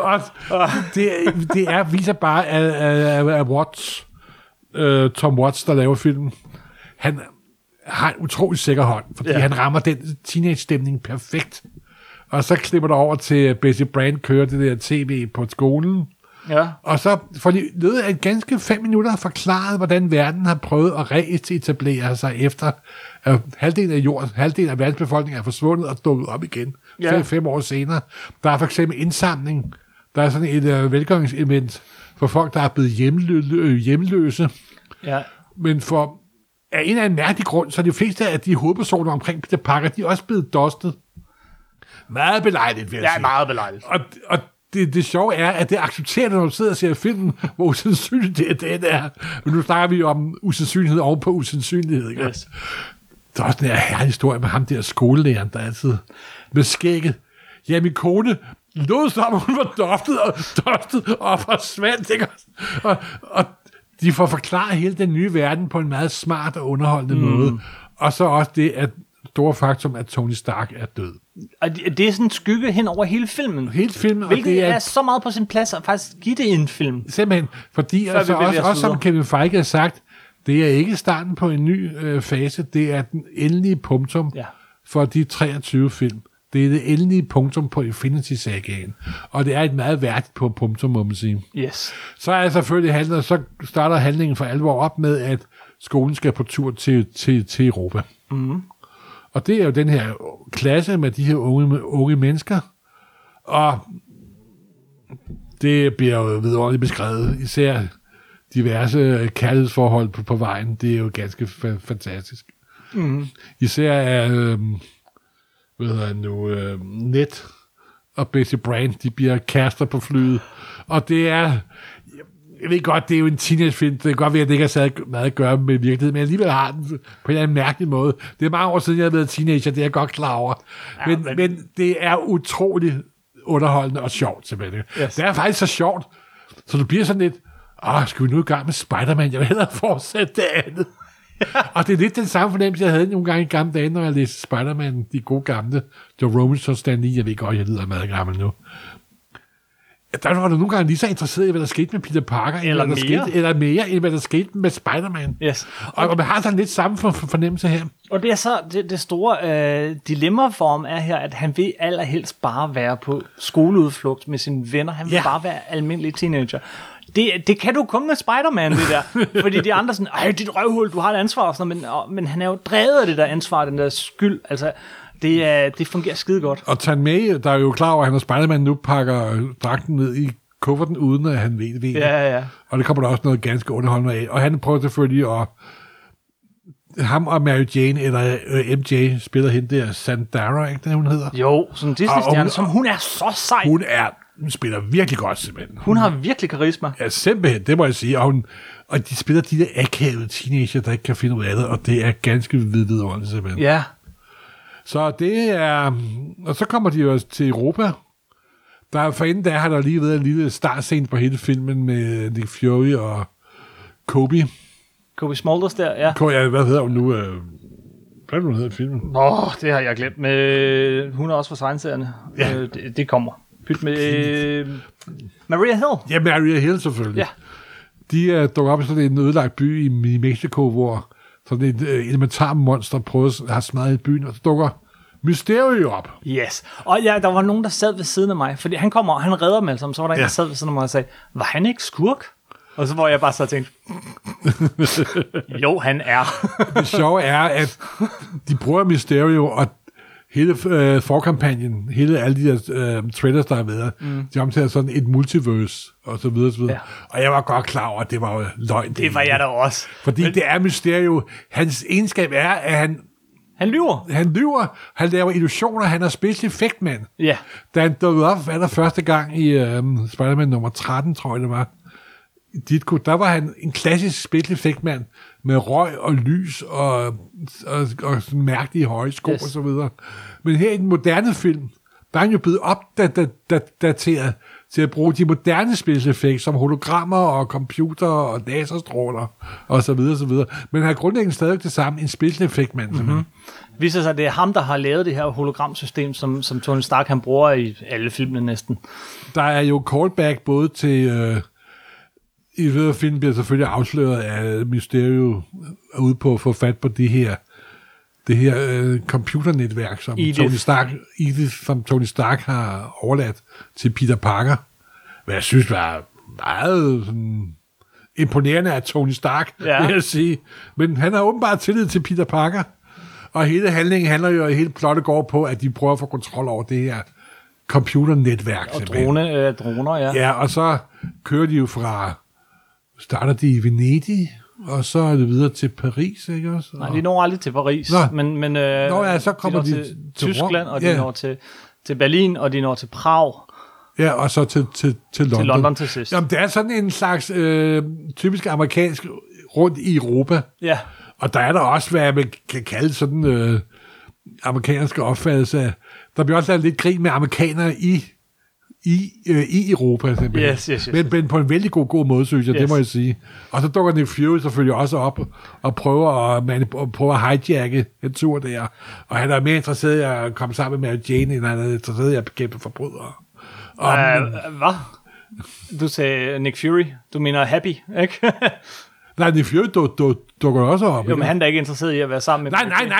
Det viser bare, at Watts, Tom Watts, der laver filmen, han har en utrolig sikker hånd, fordi han rammer den teenage-stemning perfekt. Og så klipper der over til Bessie Brand kører det der tv på skolen. Ja. Og så får de løbet af ganske 5 minutter forklaret, hvordan verden har prøvet at reetablere sig efter halvdelen af verdens befolkning er forsvundet og dukket op igen 5 år senere. Der er for eksempel indsamling. Der er sådan et velgøringsevent for folk, der er blevet hjemløse. Ja. Men for af en eller anden mærkelig grund, så er de fleste af de hovedpersoner omkring Peter Parker, de er også blevet dustet. Meget belejligt, vil jeg sige. Ja, meget belejligt. Og det sjove er, at det accepterer, når du sidder og ser filmen, hvor usandsynligt det er. Men nu snakker vi om usandsynlighed oven på usandsynlighed. Ikke? Yes. Der er også den her herlige historie med ham der skolelæreren, der altid med skægget. Ja, min kone lod som, hun var duftet og forsvandt. Ikke? Og de får forklaret hele den nye verden på en meget smart og underholdende måde. Og så også det, at store faktum, at Tony Stark er død. Og det er sådan en skygge hen over hele filmen. Hele filmen. Hvilket og det er så meget på sin plads at faktisk give det en film. Simpelthen. Fordi altså, også som Kevin Feige har sagt, det er ikke starten på en ny fase. Det er den endelige punktum for de 23 film. Det er det endelige punktum på Infinity-sagaen. Og det er et meget værdigt punktum, må man sige. Yes. Så er selvfølgelig så starter handlingen for alvor op med, at skolen skal på tur til Europa. Mm. Og det er jo den her klasse med de her unge mennesker. Og det bliver jo vidunderligt beskrevet. Især diverse kærlighedsforhold på vejen. Det er jo ganske fantastisk. Mm. Især er Ned og Bessie Brand, de bliver kærester på flyet. Og det er... Jeg ved godt, det er jo en teenagefilm. Det kan godt være, at det ikke har særlig meget at gøre med virkeligheden, men alligevel har den på en eller anden mærkelig måde. Det er mange år siden, jeg har været teenager, det er jeg godt klar over. Men det er utroligt underholdende og sjovt, simpelthen. Yes. Det er faktisk så sjovt, så du bliver sådan lidt, skal vi nu i gang med Spider-Man? Jeg vil hellere fortsætte det andet. Og det er lidt den samme fornemmelse, jeg havde nogle gange i gamle dage, når jeg læste Spider-Man, de gode gamle, Joe Robinson, Stan Lee, jeg ved godt, jeg lyder meget gammel nu. Der var du nogle gange lige så interesseret i, hvad der skete med Peter Parker, eller mere, end hvad der skete med Spider-Man. Yes. Og man har sådan lidt samme fornemmelse her. Og det er så det store dilemma for ham er her, at han vil allerhelst bare være på skoleudflugt med sine venner. Han vil bare være almindelig teenager. Det kan du kun med Spider-Man, det der. Fordi de andre sådan, dit røvhul, du har et ansvar og sådan noget, men han er jo drevet af det der ansvar, den der skyld. Altså, det fungerer skide godt. Og Tan May, der er jo klar over, at han og Spider-Man nu pakker dragten ned i kufferten, uden at han ved det. Ja. Og det kommer der også noget ganske underholdende af. Og han prøver selvfølgelig at... Ham og Mary Jane, eller MJ, spiller hende der, Zendaya, ikke det, hun hedder? Jo, sådan en Disney-stjerne, som hun er så sej. Hun spiller virkelig godt, simpelthen. Hun har virkelig karisma. Ja, simpelthen, det må jeg sige. Og de spiller de der akavede teenager, der ikke kan finde ud af det, og det er ganske vidunderligt, simpelthen. Ja. Så det er... Og så kommer de jo til Europa. For inden da har der lige været en lille startscene på hele filmen med Nick Fury og Kobe Smulders der, ja. Ja, hvad hedder hun nu? Hvad er det, hun hedder i filmen? Det har jeg glemt. Hun er også fra tegneserierne. Ja. Det kommer. Pyt med Maria Hill. Ja, Maria Hill selvfølgelig. Ja. De dukker op i sådan en ødelagt by i Mexico, hvor sådan et elementarmonster har smadret byen, og så dukker Mysterio op. Yes. Og ja, der var nogen, der sad ved siden af mig, fordi han kommer, og han redder dem alle sammen, så var der en, der sad ved siden af mig og sagde, var han ikke skurk? Og så var jeg bare så tænkt, jo, han er. Det sjove er, at de bruger Mysterio, og hele forkampagnen, alle de der trailers, der har været, de omtaler sådan et multiverse, og så videre, så videre. Ja. Og jeg var godt klar over, at det var jo løgn. Det var jeg da også. Fordi det er Mysterio. Hans egenskab er, at han lyver. Han laver illusioner. Han er special effect man. Ja. Da han dukkede op, var der første gang i Spider-Man nummer 13, tror jeg det var. Ditko, der var han en klassisk special effect man med røg og lys og sådan mærkelige høje sko og så videre. Men her i den moderne film, der er han jo blevet opdateret til at bruge de moderne special effects som hologrammer og computer og laserstråler og så videre, så videre. Men han har grundlæggende stadig det samme, en special effect man. Mm-hmm. Viser sig, at det er ham, der har lavet det her hologramsystem, som Tony Stark han bruger i alle filmene næsten. Der er jo callback både til... I ved filmen bliver selvfølgelig afsløret af Mysterio ude på at få fat på det her computernetværk, som Tony Stark har overladt til Peter Parker. Hvad jeg synes var meget sådan, imponerende af Tony Stark, vil jeg sige. Men han har åbenbart tillid til Peter Parker, og hele handlingen handler jo, og hele plottet går på, at de prøver at få kontrol over det her computernetværk. Og droner, ja. Ja, og så kører de jo starter de i Venedig, og så er det videre til Paris, ikke også? Nej, de når aldrig til Paris. Så kommer de til Tyskland, og de når til Berlin, og de når til Prag. Ja, og så til London. Til London til sidst. Jamen, det er sådan en slags typisk amerikansk rundt i Europa. Ja. Og der er der også, hvad man kan kalde sådan amerikanske opfattelse af. Der bliver også lavet lidt krig med amerikanere i Europa, simpelthen. Yes. Men på en vældig god måde, synes jeg, det må jeg sige. Og så dukker Nick Fury selvfølgelig også op og prøver at hijacke en tur der. Og han er mere interesseret i at komme sammen med Mary Jane, end han er interesseret i at bekæmpe forbrydere. Hvad? Du sagde Nick Fury. Du mener Happy, ikke? Nej, Nick Fury dukker også op. Jo, men han er da ikke interesseret i at være sammen med...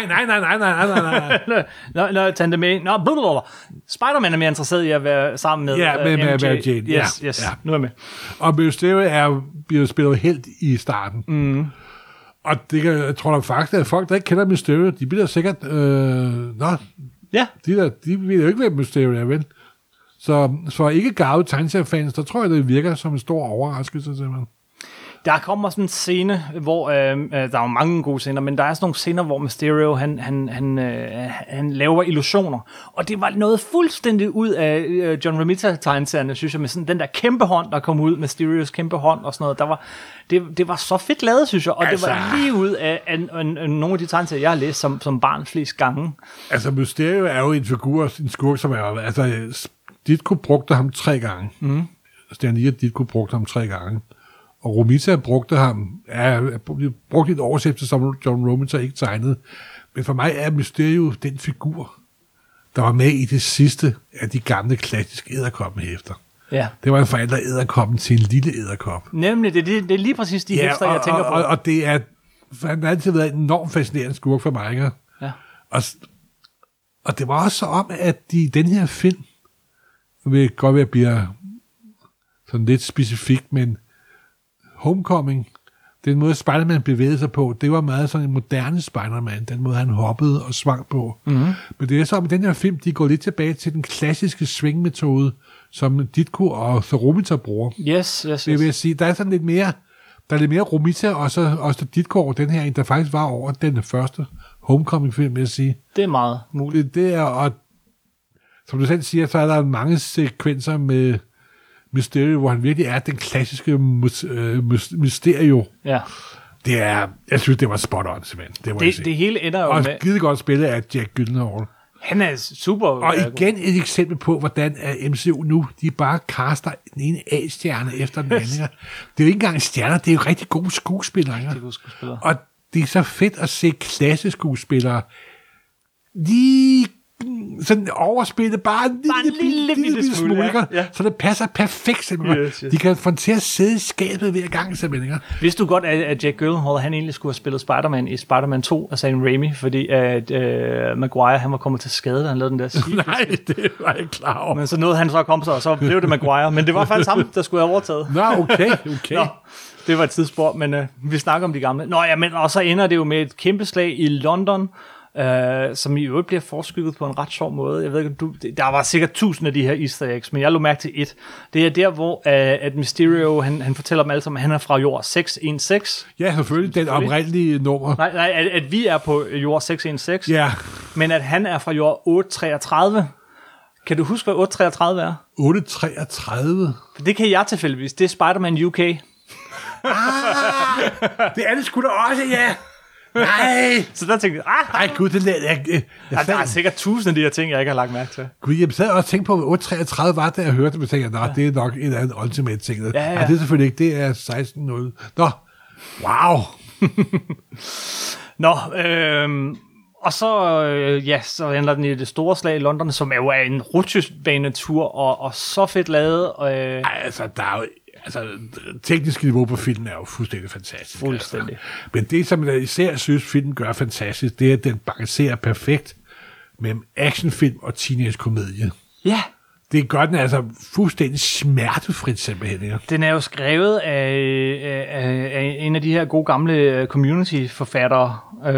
Nej. Nå, Tante May. Nå, blablabla. Spider-Man er mere interesseret i at være sammen med... Ja, med Mary Jane. Yes. Ja. Nu er jeg med. Og Mysterio bliver spillet helt i starten. Mm. Og jeg tror da faktisk, at folk, der ikke kender Mysterio, de bliver sikkert... Ja. De ved jo ikke, hvem Mysterio er, vel? Så for ikke garvede tegneseriefans, der tror jeg, det virker som en stor overraskelse, simpelthen. Der kommer sådan en scene, hvor der er jo mange gode scener, men der er sådan nogle scener, hvor Mysterio han laver illusioner. Og det var noget fuldstændig ud af John Romita-tegneserierne, synes jeg, med sådan den der kæmpe hånd, der kom ud, Mysterios kæmpe hånd og sådan noget. Det var så fedt lavet, synes jeg, og det var lige ud af nogle af de tegneserier, jeg har læst som barn flest gange. Altså, Mysterio er jo en figur, en skurk, som er... Altså, Ditko brugte ham 3 gange. Stan Lee og Ditko brugte ham 3 gange. Og Romita brugte ham, brugte et oversættelse, som John Romita ikke tegnede. Men for mig er Mysterio den figur, der var med i det sidste af de gamle klassiske edderkoppenhæfter. Ja. Det var en forandret edderkoppen til en lille edderkop. Nemlig, det er lige præcis de hæfter, jeg tænker på. Og det er, han har altid været en enormt fascinerende skurk for mig, ikke? Ja. Og det var også så om, at den her film, vil godt være, bliver sådan lidt specifik, men Homecoming, den måde Spider-Man bevægede sig på, det var meget sådan en moderne Spider-Man, den måde han hoppede og svang på. Mm-hmm. Men det er så om, at den her film, de går lidt tilbage til den klassiske svingmetode, som Ditko og Romita bruger. Yes. Det vil jeg sige, der er sådan lidt mere, Romita og så Ditko over den her, end der faktisk var over den første Homecoming-film, vil jeg sige. Det er meget muligt. Det er, og som du selv siger, så er der mange sekvenser med Mysterio, hvor han virkelig er den klassiske Mysterio. Ja. Det er, jeg synes, det var spot on, simpelthen. Det hele ender jo og med... Og skide godt spillet af Jack Gyllenhaal. Han er super... Og igen et eksempel på, hvordan MCU nu, de bare kaster den ene A-stjerne efter den anden. Det er jo ikke engang stjerner, det er jo rigtig gode skuespillere. Og det er så fedt at se klasseskuespillere lige sådan overspille bare en lille smule, ja. Så det passer perfekt simpelthen. Yes. De kan få til at sidde i skabet hver gang simpelthen. Vidste du godt, at Jack Gyllenhaal, han egentlig skulle have spillet Spider-Man i Spider-Man 2 af Sam Raimi, fordi at Maguire, han var kommet til skade, da han lavede den der sequel. Nej, det var jeg ikke klar over. Men så nåede han så at komme sig, og så blev det Maguire. Men det var faktisk ham, der skulle have overtaget. Nå, okay. Nå, det var et tidsspor, men vi snakker om de gamle. Nå ja, men og så ender det jo med et kæmpe slag i London, som i øvrigt bliver forskygget på en ret sjov måde. Jeg ved ikke, der var sikkert 1000 af de her easter eggs, men jeg lå mærke til et. Det er der, hvor at Mysterio, han fortæller dem alle sammen, at han er fra jord 616. Ja, selvfølgelig. Den oprindelige nummer. Nej, at vi er på jord 616. Ja. Men at han er fra jord 833. Kan du huske, hvad 833 er? 833? Det kan jeg tilfældigvis. Det er Spider-Man UK. Det er det sgu da også, ja. Nej! Så der tænkte jeg, nej gud, det der er sikkert 1000 af de her ting, jeg ikke har lagt mærke til. Gud, jeg sad og tænkte på, hvad 833 var, da jeg hørte det, og tænkte, det er nok en eller anden ultimate ting. Ja. Ej, det er selvfølgelig ikke, det er 16.0. Nå, wow! Nå, og så, så ender den i det store slag i London, som er jo en rutsjebanetur, og så fedt lavet. Altså, der er jo... Altså, teknisk niveau på filmen er jo fuldstændig fantastisk. Fuldstændig. Altså. Men det, som jeg især synes, filmen gør fantastisk, det er, at den balancerer perfekt mellem actionfilm og teenage-komedie. Ja. Det gør den altså fuldstændig smertefrit simpelthen. Ja. Den er jo skrevet af en af de her gode gamle community-forfattere.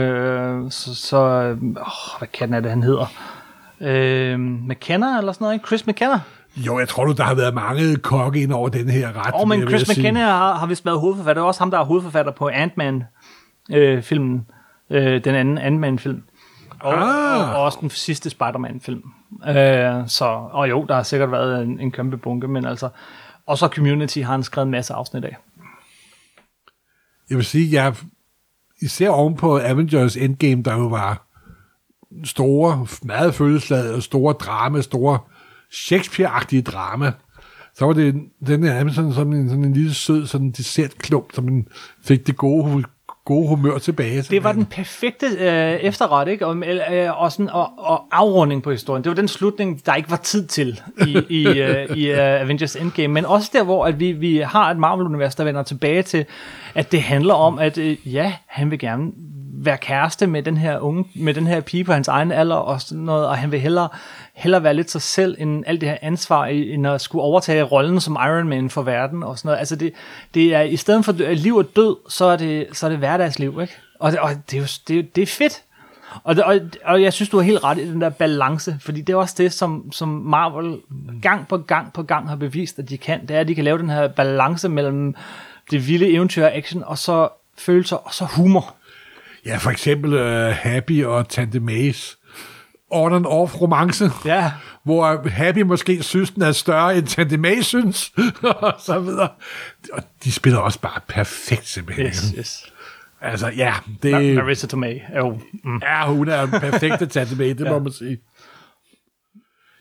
Hvad kan det, han hedder? McKenna eller sådan noget, ikke? Chris McKenna? Jo, jeg tror der har været mange kokke ind over den her ret. Men Chris McKenna har vist været hovedforfatter. Det er også ham, der er hovedforfatter på Ant-Man-filmen. Den anden Ant-Man-film. Og også den sidste Spider-Man-film. Og jo, der har sikkert været en kæmpe bunke, men altså... Og så Community har han skrevet en masse afsnit af. Jeg vil sige, især oven på Avengers Endgame, der jo var store, meget følelsesladet, store drama, store Shakespeare-agtige drama, så var det den her sådan en lille sød sådan dessertklump, som man fik det gode humør tilbage. Det var den perfekte efterret, ikke? Og afrunding på historien. Det var den slutning, der ikke var tid til i Avengers Endgame, men også der, hvor at vi har et Marvel-univers, der vender tilbage til, at det handler om, at han vil gerne være kæreste med den her pige på hans egen alder og sådan noget, og han vil hellere være lidt sig selv end alt det her ansvar end at skulle overtage rollen som Iron Man for verden og sådan noget. Altså det er i stedet for liv og død, så er det hverdagsliv, ikke? Og det er fedt. Og jeg synes, du har helt ret i den der balance, fordi det er også det, som Marvel gang på gang har bevist, at de kan. Det er, at de kan lave den her balance mellem det vilde eventyr og action, og så følelser, og så humor. Ja, for eksempel Happy og Tante Mays on and off romance, hvor Happy måske synes, den er større end Tante May synes, og så videre. Og de spiller også bare perfekt simpelthen. Yes. Altså, ja. Det... Marissa Tomei er jo... Ja, hun er en perfekte Tante May, det må man sige.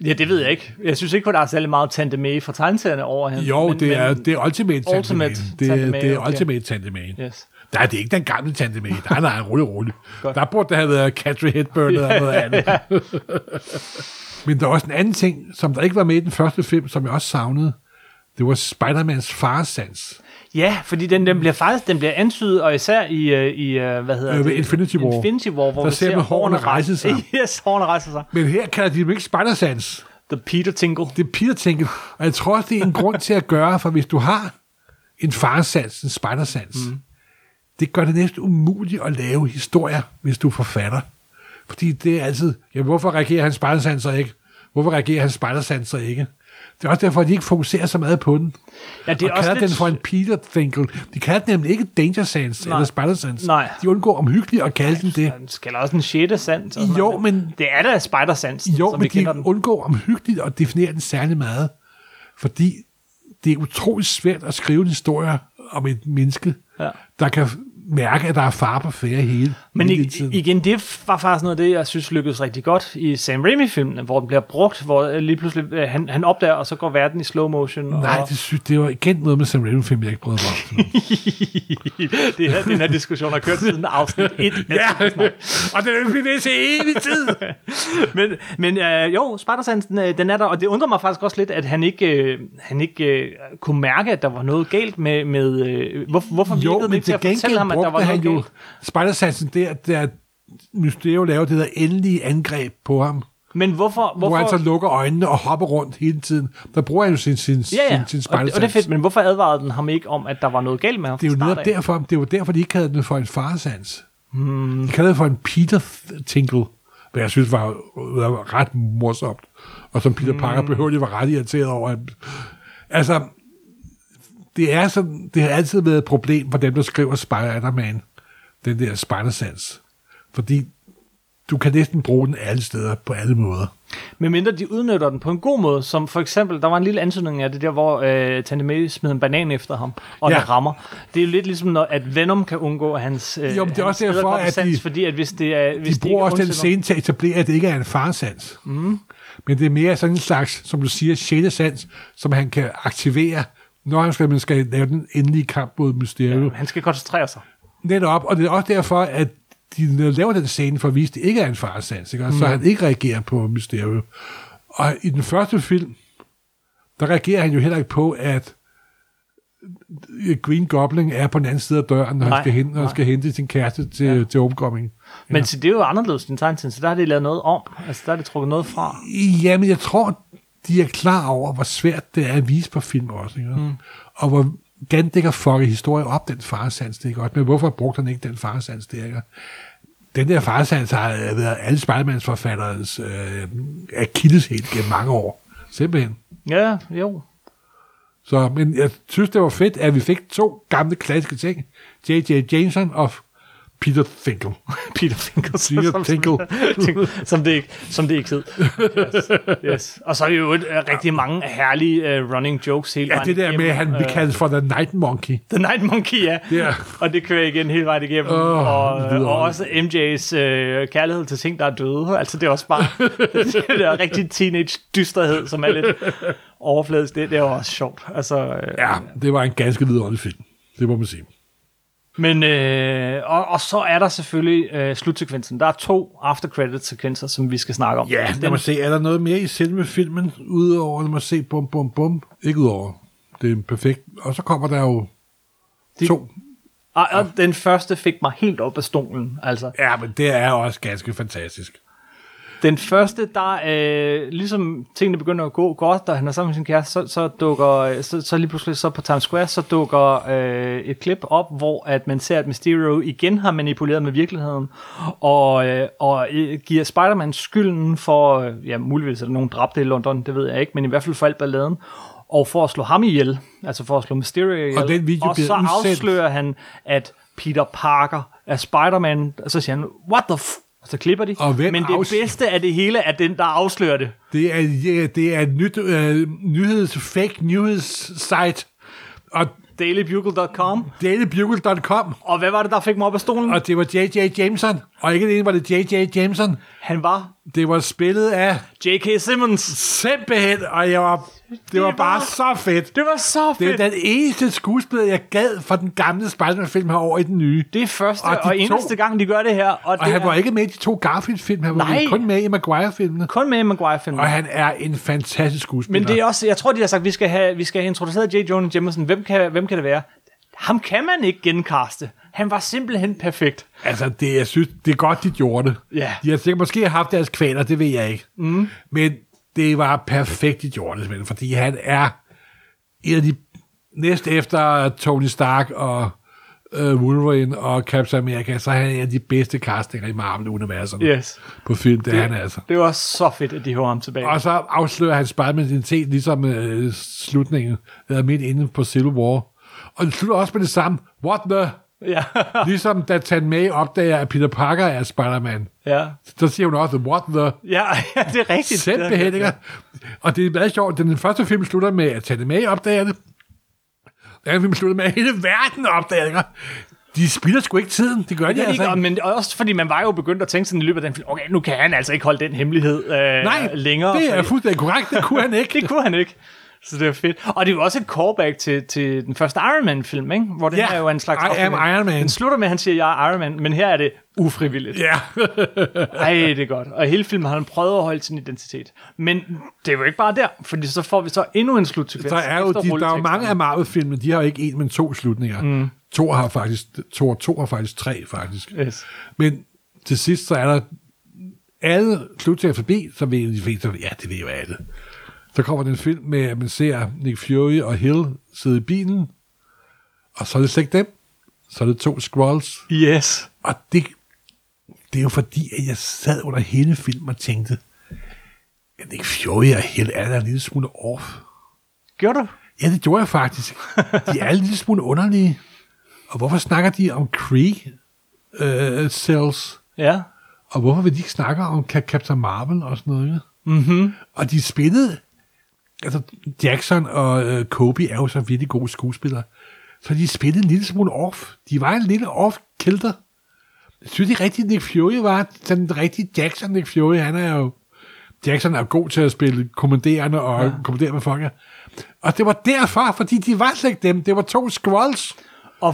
Ja, det ved jeg ikke. Jeg synes ikke, at der er særlig meget Tante May fra tegneserierne over hende. Jo, det er Ultimate Tante May. Det er okay. Ultimate Tante May. Yes. Nej, det er ikke den gamle Tante May. Nej, rolig. Der burde der have været Catherine Hepburn eller noget andet. Men der er også en anden ting, som der ikke var med i den første film, som jeg også savnede. Det var Spider-Mans faresans. Ja, fordi den bliver antydet, og især i hvad hedder det? Infinity War. Infinity War, hvor der vi ser man hårene rejse sig. Yes, hårene rejser sig. Men her kalder de dem ikke Spider-sans. The Peter Tingle. Det er Peter Tingle. Og jeg tror også, det er en grund til at gøre, for hvis du har en faresans, en spider-sans, det gør det næsten umuligt at lave historier, hvis du er forfatter. Fordi det er altid, hvorfor reagerer han spider-sanser ikke? Hvorfor reagerer han spider-sanser ikke? Det er også derfor, at de ikke fokuserer så meget på den. Ja, det er og også kalder lidt... den for en Peter Tingle. De kalder den nemlig ikke Danger Sans eller Spider Sans. Nej. De undgår omhyggeligt at kalde den det. Den skal også en 6. sans. Jo, men... Det er da Spider-sans, jo, som men vi kender de den. undgår omhyggeligt at definere den særlig meget. Fordi det er utroligt svært at skrive en historie om et menneske, der kan mærke, at der er far på færre hele tiden. Igen, det var faktisk noget af det, jeg synes lykkedes rigtig godt i Sam Raimi-filmene, hvor den bliver brugt, hvor lige pludselig han opdager, og så går verden i slow motion. Nej, det var igen noget med Sam Raimi-film, jeg ikke brød mig om. Den her diskussion har kørt siden afsnit 1. Ja, og den vil blive ved til evig tid. men jo, Spider-Sansen, den er der, og det undrer mig faktisk også lidt, at han ikke kunne mærke, at der var noget galt med hvorfor virkede det ikke til at fortælle ham, at der var noget galt? Spider-Sansen der Mysterio laver det der endelige angreb på ham. Men hvorfor? Hvor han så lukker øjnene og hopper rundt hele tiden. Der bruger han jo sin Spider-Sans. Og det er fedt, men hvorfor advarede den ham ikke om, at der var noget galt med ham? Det er jo netop derfor, det var derfor, de ikke havde den for en faresans. De kaldte det for en Peter Tingle, hvad jeg synes var ret morsomt. Og som Peter Parker behøvede var ret irriteret over. Altså, det har altid været et problem for dem, der skriver Spider-Man, den der Spider-Sans. Fordi du kan næsten bruge den alle steder, på alle måder. Men mindre de udnytter den på en god måde, som for eksempel, der var en lille ansøgning af det der, hvor Tante May smed en banan efter ham, og den rammer. Det er jo lidt ligesom, at Venom kan undgå hans jo, men det er også derfor, at fordi at hvis det er... Hvis de bruger også den scene til at etablere, at det ikke er en faresans. Men det er mere sådan en slags, som du siger, sjette sans, som han kan aktivere, når han skal lave den endelige kamp mod Mysterio. Ja, han skal koncentrere sig. Netop, og det er også derfor, at de laver den scene for at vise, at det ikke er en faresans, ikke? Så han ikke reagerer på Mysterio. Og i den første film, der reagerer han jo heller ikke på, at Green Goblin er på den anden side af døren, når han skal hente sin kæreste til homecoming. Ja. Men det er jo anderledes den tegnsyn, så der har de lavet noget om. Altså, der har de trukket noget fra. Jamen, jeg tror, de er klar over, hvor svært det er at vise på film også. Ikke? Og hvor Gant kan fucke historie op, den faresans, det er godt. Men hvorfor brugte han ikke den faresans, det er? Den der faresans har været alle Spider-Mans forfatteres akilleshæl gennem mange år. Simpelthen. Ja, jo. Så, men jeg synes, det var fedt, at vi fik 2 gamle klassiske ting. J.J. Jameson og Peter Tingle. Peter Tingle. Som det ikke hed. Yes. Og så er det jo rigtig mange herlige running jokes hele vejen. Ja, det der med, at han bliver kaldt for The Night Monkey. The Night Monkey, ja. Yeah. Og det kører igen hele vejen igennem. Og også MJ's kærlighed til ting, der er døde. Altså, det er også bare det der rigtig teenage dysterhed, som er lidt overfladisk. Det er også sjovt. Altså, ja, det var en ganske vidunderlig film. Det må man sige. Men, og så er der selvfølgelig slutsekvensen. Der er 2 after credit sekvenser, som vi skal snakke om. Ja, lad mig se, er der noget mere i selve filmen, udover, lad mig se, bum, bum, bum, ikke udover. Det er perfekt. Og så kommer der jo 2. Og den første fik mig helt op af stolen, altså. Ja, men det er også ganske fantastisk. Den første, der ligesom tingene begynder at gå godt, da han er sammen med sin kæreste, så dukker, så lige pludselig så på Times Square, så dukker et klip op, hvor at man ser, at Mysterio igen har manipuleret med virkeligheden, og giver Spider-Man skylden for, ja, muligvis er der nogen dræbte i London, det ved jeg ikke, men i hvert fald for alt balladen, og for at slå ham ihjel, altså for at slå Mysterio ihjel, og den video og så afslører han, at Peter Parker er Spider-Man, og så siger han, what the og så klipper de. Men det bedste af det hele er den, der afslører det. Det er et fake news site. Og Dailybugle.com. Dailybugle.com. Og hvad var det, der fik mig op af stolen? Og det var J.J. Jameson. Og ikke alene var det J.J. Jameson. Han var Det var spillet af J.K. Simmons. simpelthen, og det var bare så fedt. Det var så Det fedt. er den eneste skuespiller, jeg gad for den gamle Spider-Man-film herover i den nye. Det er første Og de og eneste gang, de gør det her. Og det han er var ikke med i de 2 Garfield-film, han var Nej. kun med i Maguire-filmene. kun med i Maguire-filmen. Og han er en fantastisk skuespiller. Men det er også, jeg tror, de har sagt, vi skal have introduceret J. Jonah Jameson. Hvem kan det være? Ham kan man ikke genkaste. Han var simpelthen perfekt. Altså, jeg synes, det er godt, de gjorde det. Ja. De har sikkert måske haft deres kvaler, det ved jeg ikke. Mm. Men det var perfekt, de gjorde det, simpelthen, fordi han er en af de næst efter Tony Stark og Wolverine og Captain America, så er han en af de bedste castinger i Marvel-universerne Yes. på film. Det er han altså. Det var så fedt, at de hører ham tilbage. Og så afslører han Spider-Man-identitet, ligesom slutningen, midt inde på Civil War. Og det slutter også med det samme. What the? Ja. Ligesom da Tan May opdager, at Peter Parker er Spider-Man. Ja. Så siger hun også, what the? Ja, det er rigtigt. Simpelthen, ikke? Og det er meget sjovt. Den første film slutter med, at Tan May opdager det. Den anden film slutter med, at hele verden opdager det, ikke? De spilder sgu ikke tiden. Det gør de altså ikke. Men også fordi man var jo begyndt at tænke sådan i løbet af den film, okay, nu kan han altså ikke holde den hemmelighed længere. det er fuldstændig korrekt. Det kunne han ikke. Det kunne han ikke. Så det er fedt. Og det er jo også et callback til den første Iron Man-film, ikke? Hvor det her er jo en slags... I am Iron Man. Den slutter med, at han siger, jeg er Iron Man, men her er det ufrivilligt. Ja. Ej, det er godt. Og i hele filmen har han prøvet at holde sin identitet. Men det er jo ikke bare der, fordi så får vi så endnu en slutsekvens. Der er jo mange af Marvel-filmene, de har jo ikke 1, men 2 slutninger. Mm. 2 har faktisk 3, faktisk. Yes. Men til sidst, så er der alle slutninger forbi, så ved de fleste, ja, det ved jo alle. Så kommer den film med, at man ser Nick Fury og Hill sidde i bilen, og så er det slet ikke dem. Så er det 2 Skrulls. Yes. Og det er jo fordi, at jeg sad under hele filmen og tænkte, at Nick Fury og Hill er der en lille smule off. Gjorde du? Ja, det gjorde jeg faktisk. De er en lille smule underlige. Og hvorfor snakker de om Kree cells? Ja. Og hvorfor vil de ikke snakke om Captain Marvel og sådan noget? Mhm. Og de spillede... Altså, Jackson og Kobe er jo så virkelig gode skuespillere. Så de spillede en lille smule off. De var en lille off-kilder. Jeg synes ikke rigtigt, Nick Fury var den rigtige Jackson. Nick Fury, Jackson er god til at spille kommanderende og kommandere med folk. Og det var derfor, fordi de var slet ikke dem. Det var 2 Skrulls. Og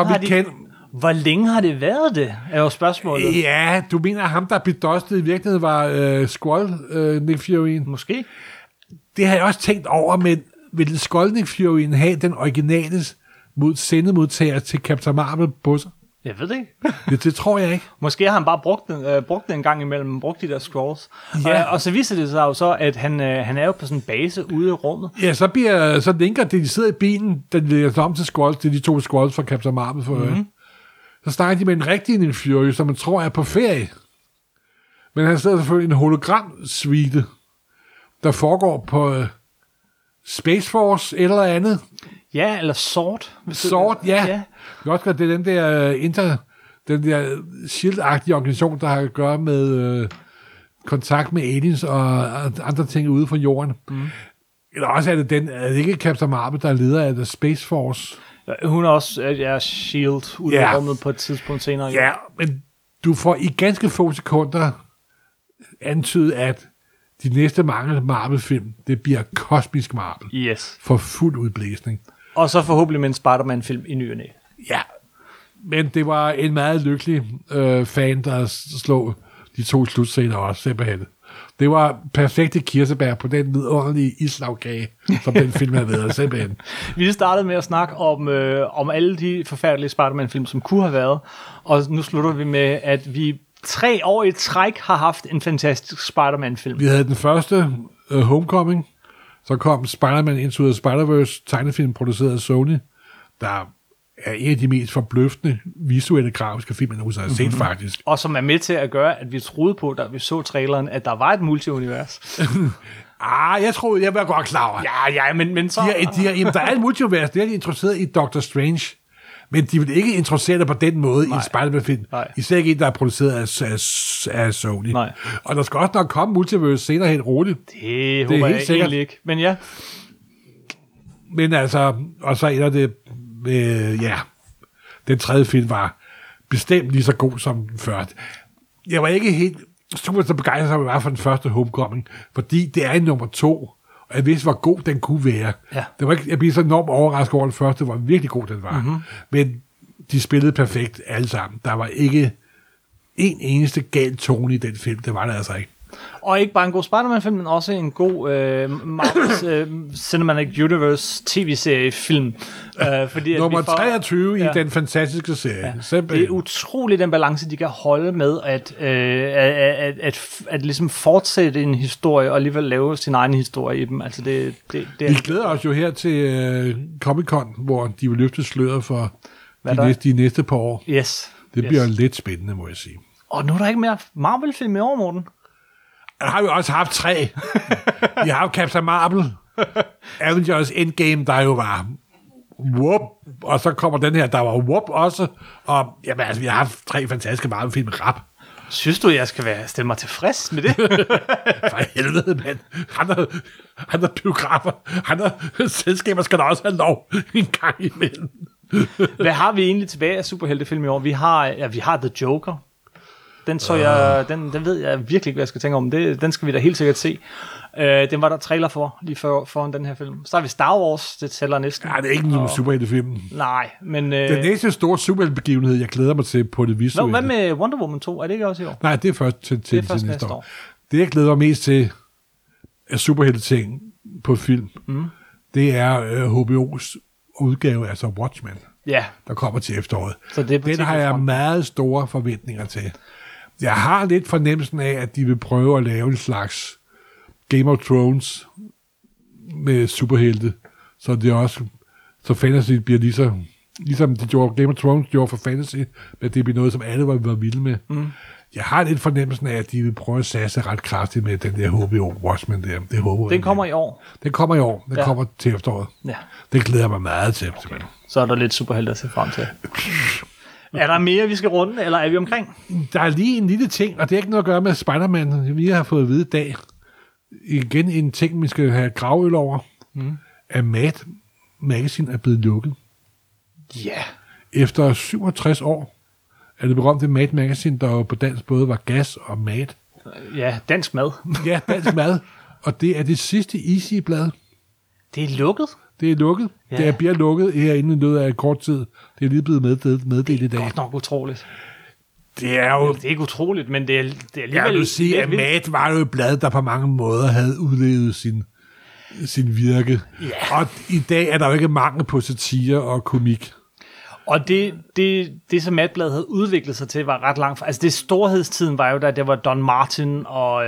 hvor længe har det været det, er jo spørgsmålet. Ja, du mener, at ham, der blev dustet i virkeligheden, var Skrull, Nick Fury? Måske. Det har jeg også tænkt over, men vil Skrull Nick Fury have den originale sendemodtager til Captain Marvel på sig? Jeg ved det ikke. Det tror jeg ikke. Måske har han bare brugt den en gang imellem, brugt de der scrolls. Ja. Og så viser det sig jo så, at han er jo på sådan en base ude i rummet. Ja, så linker det, de sidder i bilen, da de lægger sig om til Skrulls, til de 2 Skrulls fra Captain Marvel for øje. Så snakker de med en rigtig Nick Fury, som man tror er på ferie. Men han sidder selvfølgelig i en hologram-suite, der foregår på Space Force eller andet. Ja, eller Sword. Sword, ja. Det er også godt, det er den der SHIELD-agtige organisation, der har at gøre med kontakt med aliens og andre ting ude fra jorden. Mm. Eller også er det ikke Captain Marvel, der er leder af The Space Force. Hun er også SHIELD ude i rummet på et tidspunkt senere. Ja, men du får i ganske få sekunder antydet, at de næste mange Marvel-film, det bliver kosmisk Marvel. Yes. For fuld udblæsning. Og så forhåbentlig med en Spider-Man-film i ny og næ. Ja, men det var en meget lykkelig fan, der slog de 2 slutscener også, simpelthen. Det var perfekte kirsebær på den vidunderlige islagkage, som den film havde været, simpelthen. Vi startede med at snakke om alle de forfærdelige Spider-Man-film, som kunne have været, og nu slutter vi med, at vi 3 år i træk har haft en fantastisk Spider-Man-film. Vi havde den første Homecoming, så kom Spider-Man Into the Spider-Verse, tegnefilm produceret af Sony, der er en af de mest forbløffende visuelle grafiske film, jeg nogensinde har set, faktisk. Og som er med til at gøre, at vi troede på, da vi så traileren, at der var et multiunivers. Jeg troede, jeg var godt klar over. Ja, men så... Der er et multiunivers, det er de interesseret i Doctor Strange, men de vil ikke interessere dig på den måde i en Spider-Man-film. Især ikke en, der er produceret af Sony. Nej. Og der skal også nok komme multiverse senere helt roligt. Det håber jeg egentlig ikke, men ja. Men altså, og så ender det den tredje film var bestemt lige så god som den første. Jeg var ikke helt super så begejstret, som jeg var for den første Homecoming, fordi det er en nummer 2, og jeg vidste, hvor god den kunne være. Ja. Det var ikke, jeg blev så enormt overrasket over den første, hvor virkelig god den var. Mm-hmm. Men de spillede perfekt alle sammen. Der var ikke en eneste gal tone i den film. Det var der altså ikke. Og ikke bare en god Spider-Man-film, men også en god Marvel's Cinematic Universe tv-serie-film. Fordi Nummer 23 i den fantastiske serie. Ja. Det er utroligt den balance, de kan holde med at ligesom fortsætte en historie og alligevel lave sin egen historie i dem. Altså Vi glæder os jo her til Comic-Con, hvor de vil løfte sløret for de næste par år. Yes. Det bliver lidt spændende, må jeg sige. Og nu er der ikke mere Marvel-film i år, Morten. Der har vi også haft 3. Vi har Captain Marvel, Avengers Endgame, der jo var whoop, og så kommer den her, der var whoop også, og jamen, altså, vi har haft 3 fantastiske Marvel-film rap. Synes du, jeg skal stille mig tilfreds med det? For helvede, mand. Han er biografer. Han er selskaber, skal der også have lov en gang imellem. Hvad har vi egentlig tilbage af superheltefilm i år? Vi har The Joker. Den så jeg, den ved jeg virkelig ikke, hvad jeg skal tænke om. Den skal vi da helt sikkert se. Den var der trailer for, lige foran den her film. Så har vi Star Wars, det tæller næsten. Ja, det er ikke en superheltefilm. Nej, men... Den næste store superheltebegivenhed, jeg glæder mig til på det visuelle. Hvad med Wonder Woman 2? Er det ikke også i år? Nej, det er først til næste år. Det, jeg glæder mig mest til af superhelteting på film, det er HBO's udgave, altså Watchmen, der kommer til efteråret. Så den har jeg meget store forventninger til. Jeg har lidt fornemmelsen af, at de vil prøve at lave en slags Game of Thrones med superhelte, så det også, så fantasy bliver ligesom de gjorde, Game of Thrones gjorde for fantasy, men det bliver noget, som alle var vilde med. Jeg har lidt fornemmelsen af, at de vil prøve at satse ret kraftigt med den der HBO Watchmen der. Det håber den kommer i år. Den kommer i år. Den kommer til efteråret. Ja. Det glæder jeg mig meget til. Okay. Så er der lidt superhelte at se frem til. Er der mere, vi skal runde, eller er vi omkring? Der er lige en lille ting, og det er ikke noget at gøre med Spider-Man. Vi har fået at vide i dag. Igen en ting, vi skal have gravøl over. At Mad Magazine er blevet lukket. Ja. Efter 67 år er det berømte Mad Magazine, der på dansk både var gas og mad. Ja, dansk mad. Ja, dansk mad. Og det er det sidste Easy-blad. Det er lukket? Det er lukket. Ja. Det bliver lukket herinde i løbet af kort tid. Det er lige blevet meddelt i dag. Det er godt nok utroligt. Det er jo... Det er ikke utroligt, men det er alligevel... Jeg vil sige, at Mad var jo et blad, der på mange måder havde udlevet sin virke. Ja. Og i dag er der jo ikke mangel på satire og komik. Og det som Madbladet havde udviklet sig til, var ret langt. Altså det storhedstiden var jo der, det var Don Martin og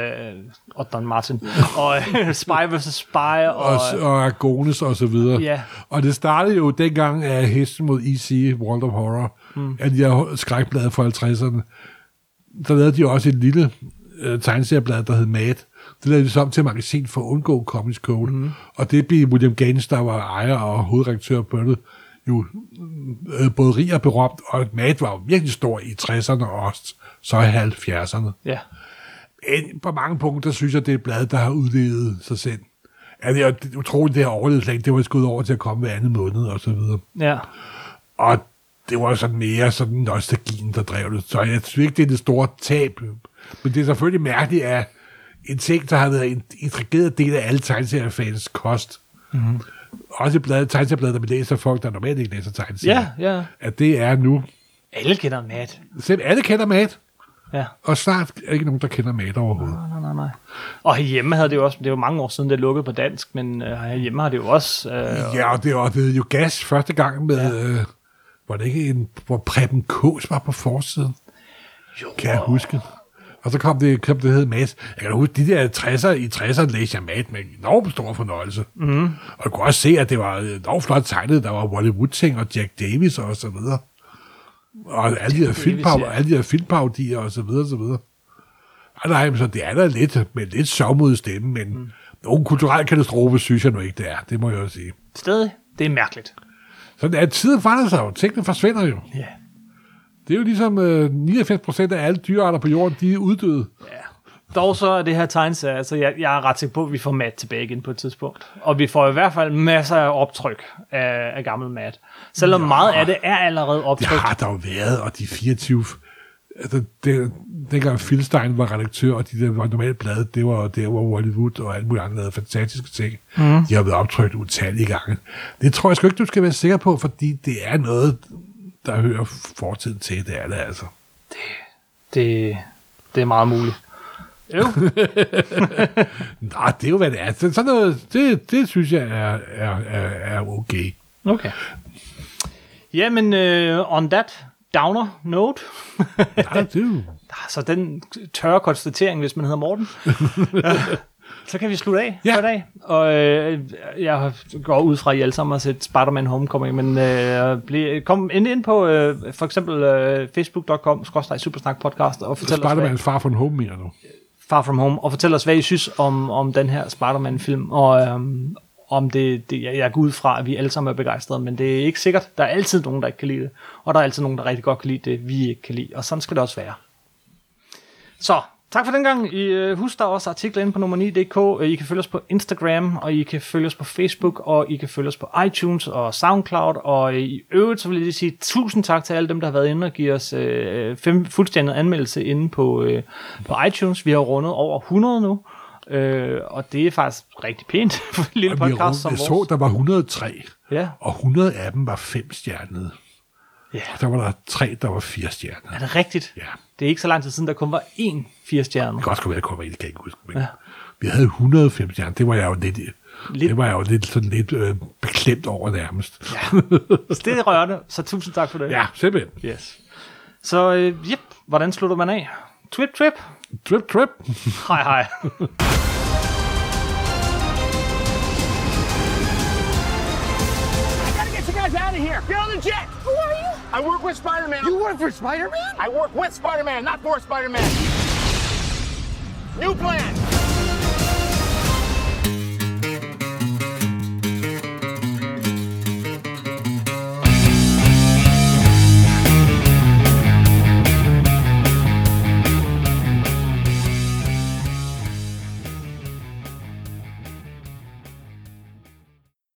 Spy vs. Spy og Argones og så videre. Ja. Og det startede jo dengang af Hesten mod EC, World of Horror, af de her skrækblade fra 50'erne. Der lavede de også et lille tegneserieblad, der hed Mad. Det lavede de så til magasin for at undgå Comics Code. Og det blev William Gaines, der var ejer og hovedredaktør på det, jo både rig og berømt, og Mad var jo virkelig stor i 60'erne og også så i 70'erne. Ja. Men på mange punkter synes jeg, det er et blad, der har udlevet sig selv. Det er utroligt, det her overlevelseslæg, det var skudt over til at komme hver anden måned og så videre. Ja. Og det var sådan mere sådan nostalgien, der drev det. Så jeg synes ikke, det er det store tab. Men det er selvfølgelig mærkeligt, at en ting, der har været en integreret del af alle tegneseriefans kost, også et tegneserieblad, der læser folk, der normalt ikke læser tegneserier, ja. At det er nu... Alle kender Mad. Selv alle kender Mad. Ja. Og snart er ikke nogen, der kender Mad overhovedet. Nej. Og herhjemme havde det jo også, det var mange år siden, det lukkede på dansk, men herhjemme har det jo også... Ja, og det var jo gas første gang med... var det ikke hvor Preben Kås var på forsiden? Jo. Kan jeg huske. Og så kom det hed Mad. Jeg kan huske, de der 60'ere, i 60'erne læste jeg Mad med enormt stor fornøjelse. Og jeg kunne også se, at det var enormt flot tegnet. Der var Wally Wood-ting og Jack Davis og så videre. Og alle de her filmparodier og så videre, og så videre. Nej, så det er der lidt, med lidt sovmod stemme, men nogen kulturel katastrofe synes jeg nu ikke, det er. Det må jeg jo sige. Stadig, det er mærkeligt. Så tiden forandrer sig jo. Tingene forsvinder jo. Ja. Det er jo ligesom 99% af alle dyrearter på jorden, de er uddøde. Ja. Dog så er det her tegneserie, altså jeg er ret sikker på, at vi får Matt tilbage igen på et tidspunkt. Og vi får i hvert fald masser af optryk af gammel Matt. Selvom meget af det er allerede Det optrykt. har der jo været, og de 24... Altså, dengang Phil Stein var redaktør, og de der var normalt blade, det var Hollywood og alt muligt andet lavede fantastiske ting. De har været optrykt utallige gange. Det tror jeg sgu ikke, du skal være sikker på, fordi det er noget, der hører fortiden til. Det er det altså. Det er meget muligt. Jo. Nej, det er jo, hvad det er. Sådan noget, det synes jeg er okay. Okay. Jamen, on that downer note. Ja, det er jo... Så den tørre konstatering, hvis man hedder Morten. Så kan vi slutte af Ja. for i dag. Og jeg går ud fra, at I alle sammen har set Spider-Man Homecoming, men kom ind på for eksempel facebook.com/supersnakpodcast og fortæl os, Spider-Man Far From Home, mener du? Far From Home, og fortæl os, hvad I synes om den her Spider-Man-film, og om det jeg går ud fra, at vi alle sammen er begejstrede, men det er ikke sikkert. Der er altid nogen, der ikke kan lide det, og der er altid nogen, der rigtig godt kan lide det, vi ikke kan lide, og sådan skal det også være. Så, tak for den gang. Husk, der er også artikler inde på nummer9.dk. I kan følge os på Instagram, og I kan følge os på Facebook, og I kan følge os på iTunes og SoundCloud, og i øvrigt så vil jeg lige sige tusind tak til alle dem, der har været inde og givet os 5 fuldstændig anmeldelse inde på iTunes. Vi har rundet over 100 nu. Og det er faktisk rigtig pænt for en lille podcast som jeg vores. så, der var 103, Ja. og 100 af dem var 5-stjernede. Ja. Og der var der 3, der var 4-stjernede. Er det rigtigt? Ja. Det er ikke så lang tid siden, der kun var 1 4-stjerne. Det kan også være, det kommer ind, det kan jeg ikke huske. Men Ja. vi havde 105 stjerner. Det var jeg jo lidt beklemt over nærmest. Så det er rørende, så tusind tak for det. Ja, simpelthen. Yes. Så, hvordan slutter man af? Twip, twip. Trip, trip. Hej, hej. I gotta get you guys out of here. Get on the jet. Who are you? I work with Spider-Man. You work for Spider-Man? I work with Spider-Man, not for Spider-Man. New plan.